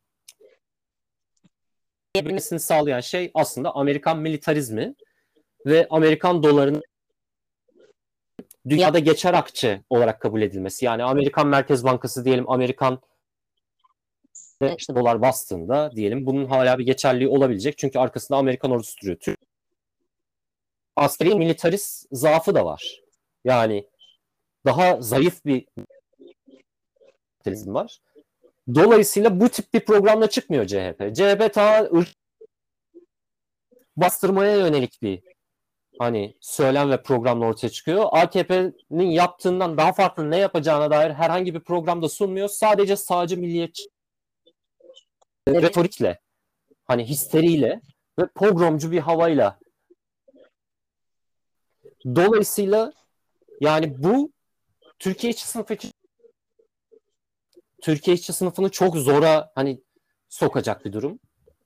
Birbirine sağlayan şey aslında Amerikan militarizmi ve Amerikan dolarının dünyada geçer akçe olarak kabul edilmesi. Yani Amerikan Merkez Bankası diyelim Amerikan işte dolar bastığında diyelim bunun hala bir geçerliği olabilecek. Çünkü arkasında Amerikan ordusu duruyor. Askeri militarist zaafı da var. Yani daha zayıf bir militarizm var. Dolayısıyla bu tip bir programla çıkmıyor C H P. C H P ta ırk bastırmaya yönelik bir hani söylem ve programla ortaya çıkıyor. A K P'nin yaptığından daha farklı ne yapacağına dair herhangi bir programda sunmuyor. Sadece sağcı milliyetçi retorikle, hani histeriyle ve pogromcu bir havayla. Dolayısıyla yani bu Türkiye işçi sınıfı için Türkiye işçi sınıfını çok zora hani sokacak bir durum.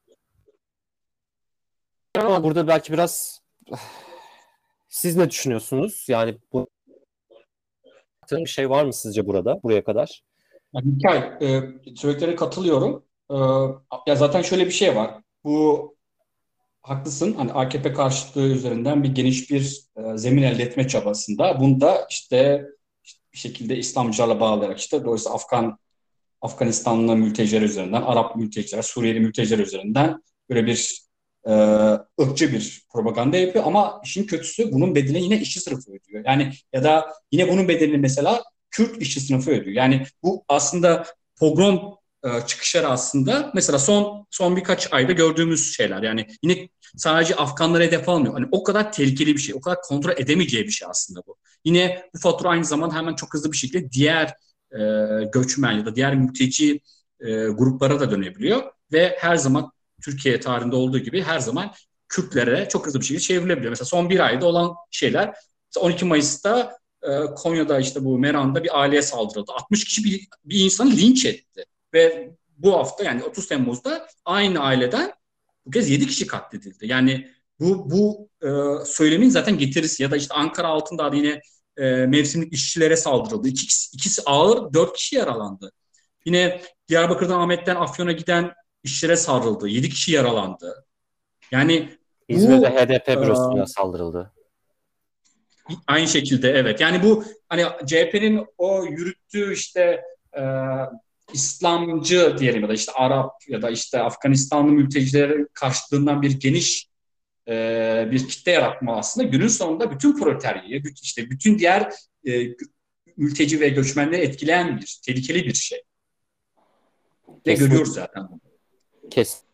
Ama burada belki biraz siz ne düşünüyorsunuz? Yani bu bir şey var mı sizce burada buraya kadar?
Yani Hikay, e, söylediklere katılıyorum. E, ya zaten şöyle bir şey var. Bu haklısın. Hani A K P karşıtlığı üzerinden bir geniş bir e, zemin elde etme çabasında. Bunda işte, işte bir şekilde İslamcılarla bağlayarak işte dolayısıyla Afgan Afganistanlı mülteciler üzerinden, Arap mülteciler, Suriyeli mülteciler üzerinden böyle bir e, ırkçı bir propaganda yapıyor. Ama işin kötüsü bunun bedelini yine işçi sınıfı ödüyor. Yani ya da yine bunun bedelini mesela Kürt işçi sınıfı ödüyor. Yani bu aslında pogrom e, çıkışları aslında mesela son son birkaç ayda gördüğümüz şeyler. Yani yine sadece Afganlara hedef almıyor. Hani o kadar tehlikeli bir şey, o kadar kontrol edemeyeceği bir şey aslında bu. Yine bu fatura aynı zamanda hemen çok hızlı bir şekilde diğer e, göçmen ya da diğer mülteci e, gruplara da dönebiliyor ve her zaman Türkiye tarihinde olduğu gibi her zaman Kürtlere çok hızlı bir şekilde çevrilebiliyor. Mesela son bir ayda olan şeyler, on iki Mayıs'ta e, Konya'da işte bu Meran'da bir aileye saldırıldı. altmış kişi bir, bir insanı linç etti ve bu hafta yani otuz Temmuz'da aynı aileden bu kez yedi kişi katledildi. Yani bu bu e, söylemin zaten getirisi ya da işte Ankara Altındağ'da yine e, mevsimlik işçilere saldırıldı. İkisi, ikisi ağır, dört kişi yaralandı. Yine Diyarbakır'dan Ahmet'ten Afyon'a giden işçilere saldırıldı. Yedi kişi yaralandı. Yani
İzmir'de
bu
H D P
e,
bürosuna saldırıldı.
aynı şekilde evet. Yani bu hani C H P'nin o yürüttüğü işte e, İslamcı diyelim ya da işte Arap ya da işte Afganistanlı mültecilerin karşılığından bir geniş e, bir kitle yaratma aslında günün sonunda bütün proletaryayı, işte bütün diğer e, mülteci ve göçmenleri etkileyen bir, tehlikeli bir şey. Ve
Kesin,
görüyoruz zaten bunu.
kesin.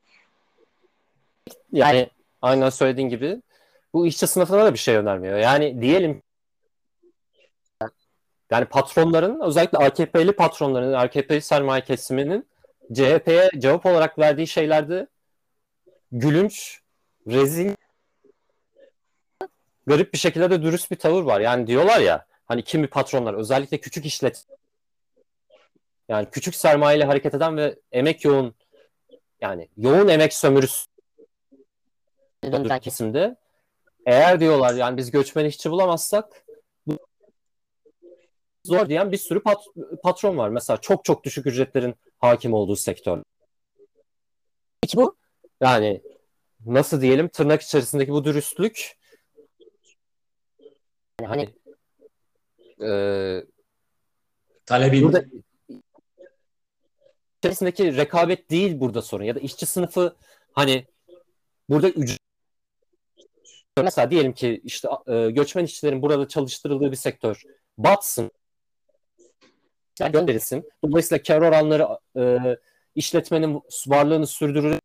Yani aynen söylediğin gibi bu işçi sınıfına da bir şey önermiyor. Yani diyelim yani patronların özellikle A K P'li patronların, A K P'li sermaye kesiminin C H P'ye cevap olarak verdiği şeylerde gülünç, rezil, garip bir şekilde de dürüst bir tavır var. Yani diyorlar ya hani kimi patronlar özellikle küçük işlet yani küçük sermayeyle hareket eden ve emek yoğun yani yoğun emek sömürüsü döndüren kesimde eğer diyorlar yani biz göçmen işçi bulamazsak bu zor diyen bir sürü pat- patron var. Mesela çok çok düşük ücretlerin hakim olduğu sektör. Peki bu yani nasıl diyelim tırnak içerisindeki bu dürüstlük yani hani e,
Talebin.
burada içerisindeki rekabet değil burada sorun ya da işçi sınıfı hani burada ücret mesela diyelim ki işte e, göçmen işçilerin burada çalıştırıldığı bir sektör batsın gönderilsin. Dolayısıyla kar oranları e, işletmenin varlığını sürdürürsün.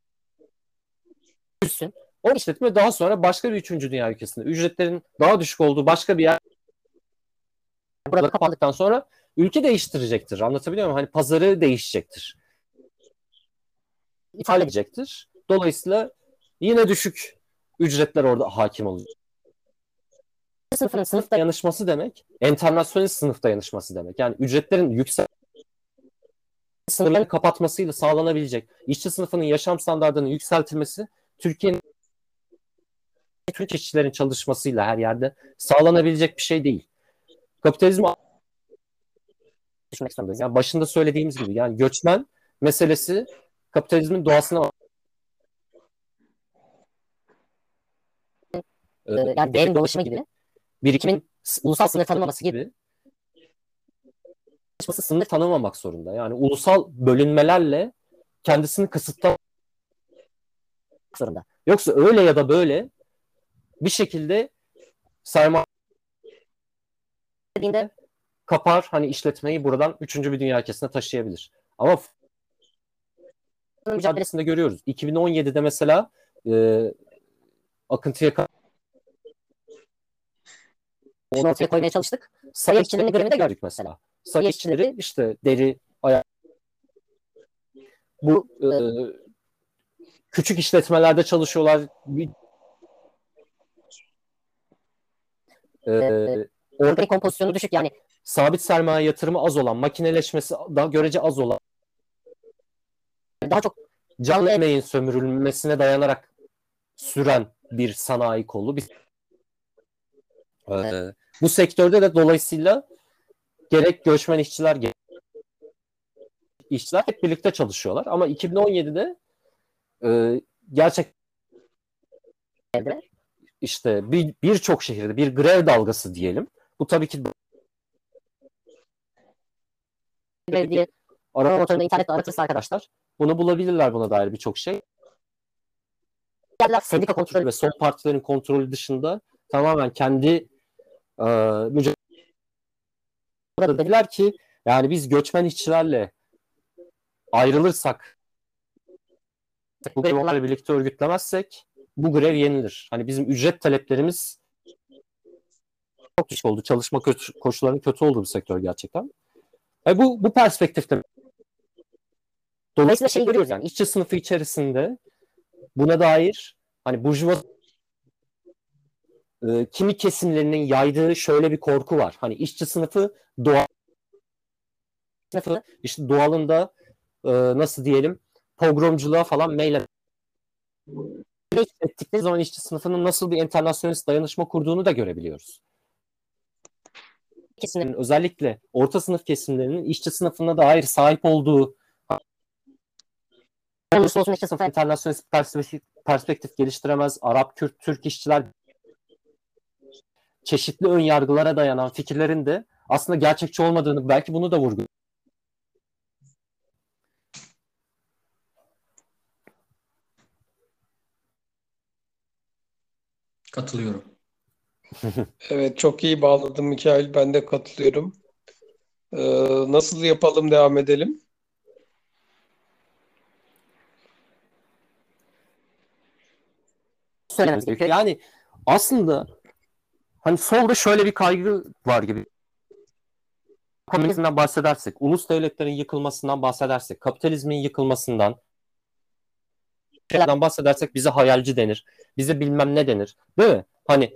O işletme daha sonra başka bir üçüncü dünya ülkesinde ücretlerin daha düşük olduğu başka bir yer burada kapandıktan sonra ülke değiştirecektir. Anlatabiliyor muyum? Hani pazarı değişecektir. İthal edecektir. Dolayısıyla yine düşük ücretler orada hakim olacak. Sınıfın sınıf dayanışması demek, enternasyonist sınıf dayanışması demek. Yani ücretlerin yüksek sınırları kapatmasıyla sağlanabilecek işçi sınıfının yaşam standartlarının yükseltilmesi Türkiye'nin Türk işçilerin çalışmasıyla her yerde sağlanabilecek bir şey değil. Kapitalizm düşünmek zorundayız. Yani başında söylediğimiz gibi yani göçmen meselesi kapitalizmin doğasına e, yani değerin dolaşımı gibi birikimin ulusal sınır tanımaması gibi sınır tanımamak zorunda. Yani ulusal bölünmelerle kendisini kısıtlamak zorunda. Yoksa öyle ya da böyle bir şekilde sermaye dediğinde kapar hani işletmeyi buradan üçüncü bir dünya ülkesine taşıyabilir. Ama mücadelesinde görüyoruz. iki bin on yedide mesela e, akıntıya onu ortaya koymaya çalıştık. Sayı işçilerini grevinde gördük mesela. Sayı işçileri işte deri, ayak bu e, küçük işletmelerde çalışıyorlar. Bir, e, organik kompozisyonu düşük yani sabit sermaye yatırımı az olan, makineleşmesi daha görece az olan daha çok canlı emeğin sömürülmesine dayanarak süren bir sanayi kolu. Bir, e, bu sektörde de dolayısıyla gerek göçmen işçiler gerek işçiler hep birlikte çalışıyorlar. Ama iki bin on yedide e, gerçekten işte bir birçok şehirde bir grev dalgası diyelim. Bu tabii ki grev diye arama motorunda internette aratırsa arkadaşlar bunu bulabilirler buna dair birçok şey. Sendika kontrolü ve sol partilerin kontrolü dışında tamamen kendi e, mücadele dediler ki yani biz göçmen işçilerle ayrılırsak bu grevi onlarla birlikte örgütlemezsek bu grev yenilir. Hani bizim ücret taleplerimiz çok düşük oldu. Çalışma kötü, koşullarının kötü olduğu bir sektör gerçekten. E bu bu perspektifte dolayısıyla şey görüyoruz, yani işçi sınıfı içerisinde buna dair hani burjuva e, kimi kesimlerinin yaydığı şöyle bir korku var. Hani işçi sınıfı doğal sınıfı işte doğalında e, nasıl diyelim pogromculuğa falan meylen ettikleri zaman işçi sınıfının nasıl bir enternasyonist dayanışma kurduğunu da görebiliyoruz. Kesimlerin, özellikle orta sınıf kesimlerinin işçi sınıfına dair sahip olduğu olursa olsun işçi sınıfı enternasyonist perspektif, perspektif geliştiremez. Arap, Kürt, Türk işçiler çeşitli ön yargılara dayanan fikirlerin de aslında gerçekçi olmadığını, belki bunu da vurguluyor.
Katılıyorum.
Evet, çok iyi bağladın Mikail. Ben de katılıyorum. Ee, nasıl yapalım, devam edelim?
Söylememiz gerekiyor. Yani aslında hani solda şöyle bir kaygı var gibi. Komünizmden bahsedersek, ulus devletlerin yıkılmasından bahsedersek, kapitalizmin yıkılmasından bahsedersek bize hayalci denir. Bize bilmem ne denir. Değil mi? Hani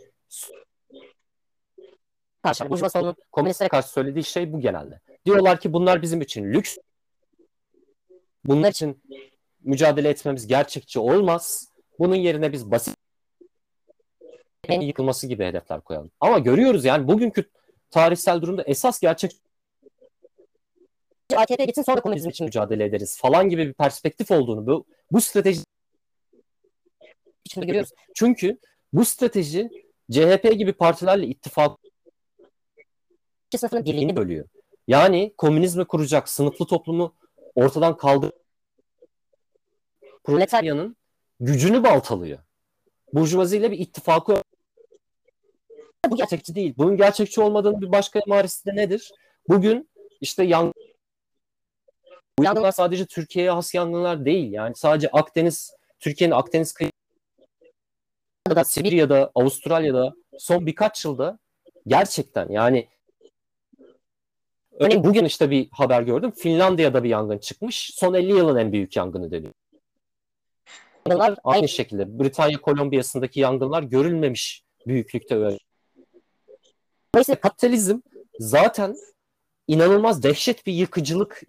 karşı, Burjuva solunun komünistlere karşı söylediği şey bu genelde. Diyorlar ki bunlar bizim için lüks. Bunlar için mücadele etmemiz gerçekçi olmaz. Bunun yerine biz basit yıkılması gibi hedefler koyalım. Ama görüyoruz yani bugünkü tarihsel durumda esas gerçek A K P gitsin sonra komünizm için mücadele ederiz falan gibi bir perspektif olduğunu bu, bu strateji içinde görüyoruz. Çünkü bu strateji C H P gibi partilerle ittifak sınıfının birliğini bölüyor. Yani komünizmi kuracak sınıflı toplumu ortadan kaldır proletaryanın gücünü baltalıyor. Burjuvaziyle bir ittifakı bu gerçekçi değil. Bunun gerçekçi olmadığının bir başka emaresi de nedir? Bugün işte yangın bu yangınlar sadece Türkiye'ye has yangınlar değil. Yani sadece Akdeniz, Türkiye'nin Akdeniz kıyılarında, Sibirya'da, Avustralya'da son birkaç yılda gerçekten yani örneğin bugün işte bir haber gördüm. Finlandiya'da bir yangın çıkmış. Son elli yılın en büyük yangını deniyor. Yangınlar aynı şekilde Britanya Kolombiyası'ndaki yangınlar görülmemiş büyüklükte öyle. Dolayısıyla kapitalizm zaten inanılmaz dehşet bir yıkıcılık,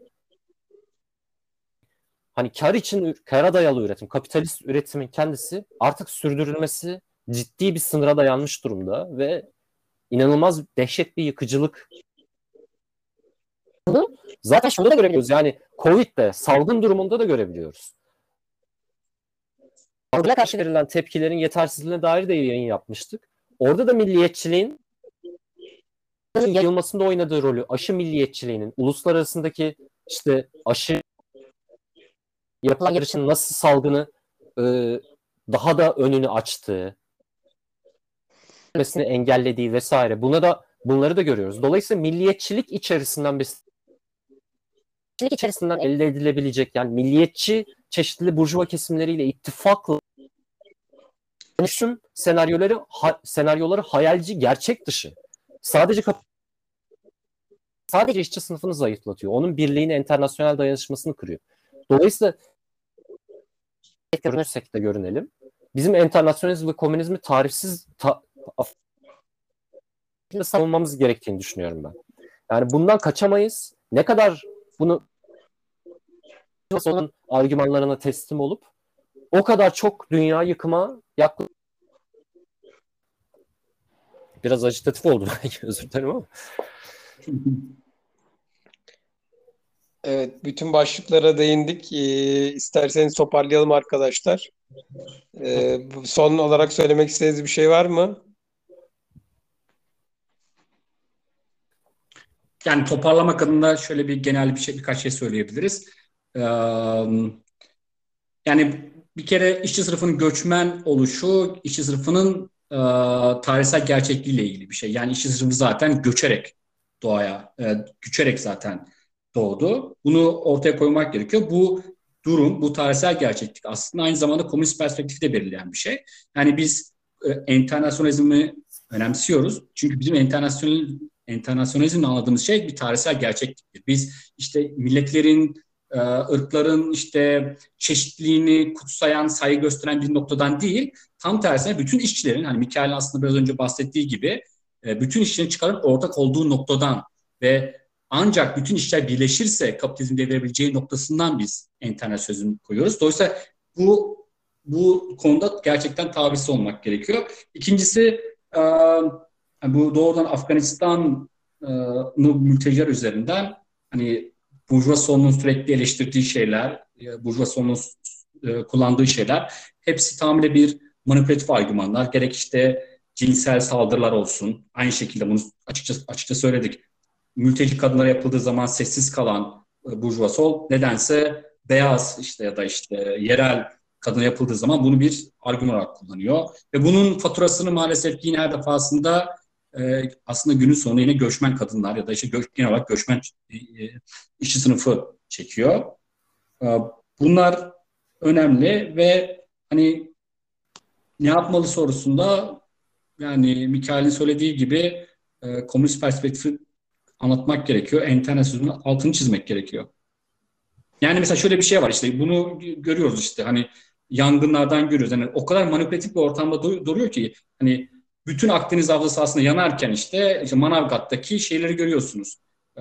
hani kar için kara dayalı üretim, kapitalist üretimin kendisi artık sürdürülmesi ciddi bir sınıra dayanmış durumda ve inanılmaz dehşet bir yıkıcılık. Bunu zaten şurada da görebiliyoruz. Yani Covid'de, salgın durumunda da görebiliyoruz. Salgına karşı verilen tepkilerin yetersizliğine dair de yayın yapmıştık. Orada da milliyetçiliğin yayılmasında oynadığı rolü, aşı milliyetçiliğinin, uluslararasındaki işte aşı yapılan yarışın nasıl salgını e, daha da önünü açtığı, engellediği vesaire. Buna da bunları da görüyoruz. Dolayısıyla milliyetçilik içerisinden bir milliyetçilik içerisinden elde edilebilecek, yani milliyetçi çeşitli burjuva kesimleriyle ittifakla dönüşüm senaryoları ha, senaryoları hayalci, gerçek dışı. Sadece sadece işçi sınıfını zayıflatıyor. Onun birliğini, enternasyonel dayanışmasını kırıyor. Dolayısıyla görünürsek de görünelim. Bizim enternasyonizm ve komünizmi tarifsiz ta, savunmamız gerektiğini düşünüyorum ben. Yani bundan kaçamayız. Ne kadar bunu onun argümanlarına teslim olup o kadar çok dünya yıkıma yaklaşık. Biraz ajitatif oldu belki, özür dilerim ama.
Evet, bütün başlıklara değindik. Ee, isterseniz toparlayalım arkadaşlar. Ee, son olarak söylemek istediğiniz bir şey var mı?
Yani toparlamak adına şöyle bir genel bir şey, birkaç şey söyleyebiliriz. Ee, yani bir kere işçi sınıfının göçmen oluşu, işçi sınıfının e, tarihsel gerçekliğiyle ilgili bir şey. Yani işçi sınıfı zaten göçerek doğaya, e, göçerek zaten doğdu. Bunu ortaya koymak gerekiyor. Bu durum, bu tarihsel gerçeklik aslında aynı zamanda komünist perspektifi de belirleyen bir şey. Yani biz e, enternasyonalizmi önemsiyoruz. Çünkü bizim enternasyonel enternasyonalizmle anladığımız şey bir tarihsel gerçekliktir. Biz işte milletlerin, e, ırkların işte çeşitliliğini kutsayan, saygı gösteren bir noktadan değil, tam tersine bütün işçilerin, hani Mikael'in aslında biraz önce bahsettiği gibi, e, bütün işçilerin çıkarın ortak olduğu noktadan ve ancak bütün işçiler birleşirse kapitalizm devirebileceği noktasından biz enternasyonalizm koyuyoruz. Dolayısıyla bu bu konuda gerçekten tavizsiz olmak gerekiyor. İkincisi, e, bu doğrudan Afganistan'ı mülteciler üzerinden, hani burjuva solunun sürekli eleştirdiği şeyler, e, burjuva solunun e, kullandığı şeyler hepsi tamamıyla bir manipülatif argümanlar. Gerek işte cinsel saldırılar olsun. Aynı şekilde bunu açıkça açıkça söyledik. Mülteci kadınlara yapıldığı zaman sessiz kalan e, burjuva sol nedense beyaz işte ya da işte yerel kadına yapıldığı zaman bunu bir argüman olarak kullanıyor. Ve bunun faturasını maalesef yine her defasında e, aslında günün sonunda yine göçmen kadınlar ya da işte gö genel olarak göçmen e, işçi sınıfı çekiyor. E, bunlar önemli ve hani ne yapmalı sorusunda, yani Mikael'in söylediği gibi e, komünist perspektifi anlatmak gerekiyor. Enternasyonelin altını çizmek gerekiyor. Yani mesela şöyle bir şey var, işte bunu görüyoruz, işte hani yangınlardan görüyoruz. Yani o kadar manipülatif bir ortamda duruyor ki hani bütün Akdeniz Havzası aslında yanarken işte, işte Manavgat'taki şeyleri görüyorsunuz. Ee,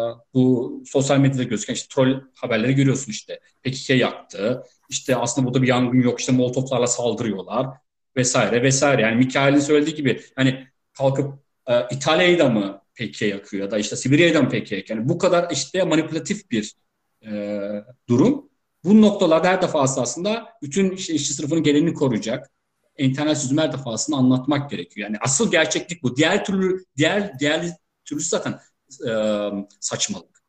bu sosyal medyada gözüken işte troll haberleri görüyorsun işte. P K K yaktı. İşte aslında burada bir yangın yok. İşte molotoflarla saldırıyorlar vesaire vesaire. Yani Mikael'in söylediği gibi hani kalkıp e, İtalya'yı da mı P K K yakıyor ya da işte Sibirya'yı da mı P K K yakıyor? Yani bu kadar işte manipülatif bir e, durum. Bu noktalarda her defasında aslında bütün işte işçi sınıfının geleneğini koruyacak enternasyonizmi her defasında anlatmak gerekiyor. Yani asıl gerçeklik bu. Diğer türlü diğer diğer türlüsü zaten e, saçmalık.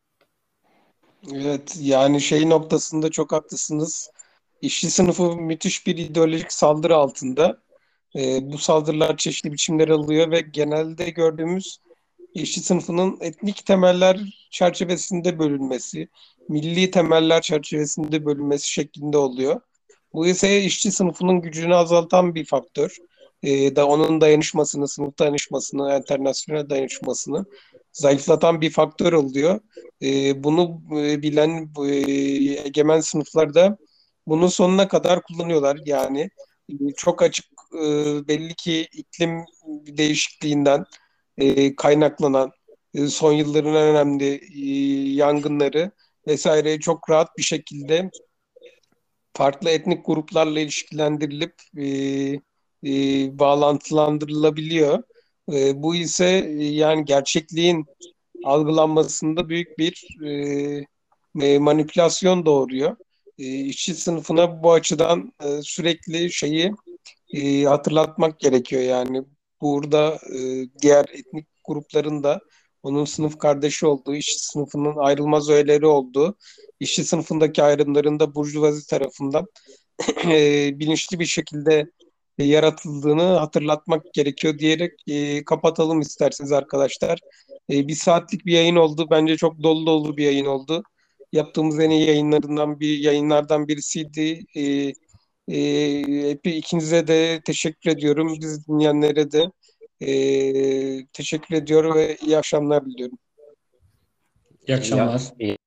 Evet, yani şey noktasında çok haklısınız. İşçi sınıfı müthiş bir ideolojik saldırı altında. Ee, bu saldırılar çeşitli biçimler alıyor ve genelde gördüğümüz işçi sınıfının etnik temeller çerçevesinde bölünmesi, milli temeller çerçevesinde bölünmesi şeklinde oluyor. Bu ise işçi sınıfının gücünü azaltan bir faktör. Ee, da onun dayanışmasını, sınıf dayanışmasını, internasyonel dayanışmasını zayıflatan bir faktör oluyor. Ee, bunu e, bilen e, egemen sınıflar da bunu sonuna kadar kullanıyorlar. Yani e, çok açık, e, belli ki iklim değişikliğinden e, kaynaklanan e, son yılların en önemli e, yangınları vesaire çok rahat bir şekilde farklı etnik gruplarla ilişkilendirilip e, e, bağlantılandırılabiliyor. E, bu ise e, yani gerçekliğin algılanmasında büyük bir e, e, manipülasyon doğuruyor. E, işçi sınıfına bu açıdan e, sürekli şeyi e, hatırlatmak gerekiyor. Yani burada e, diğer etnik grupların da onun sınıf kardeşi olduğu, işçi sınıfının ayrılmaz öğeleri olduğu, işçi sınıfındaki ayrımların da burjuvazi tarafından e, bilinçli bir şekilde e, yaratıldığını hatırlatmak gerekiyor diyerek e, kapatalım isterseniz arkadaşlar. E, bir saatlik bir yayın oldu. Bence çok dolu dolu bir yayın oldu. Yaptığımız en iyi yayınlarından bir yayınlardan birisiydi. E, e, hep ikinize de teşekkür ediyorum. Biz dinleyenlere de e, teşekkür ediyorum ve iyi akşamlar diliyorum.
İyi
Ya,
akşamlar.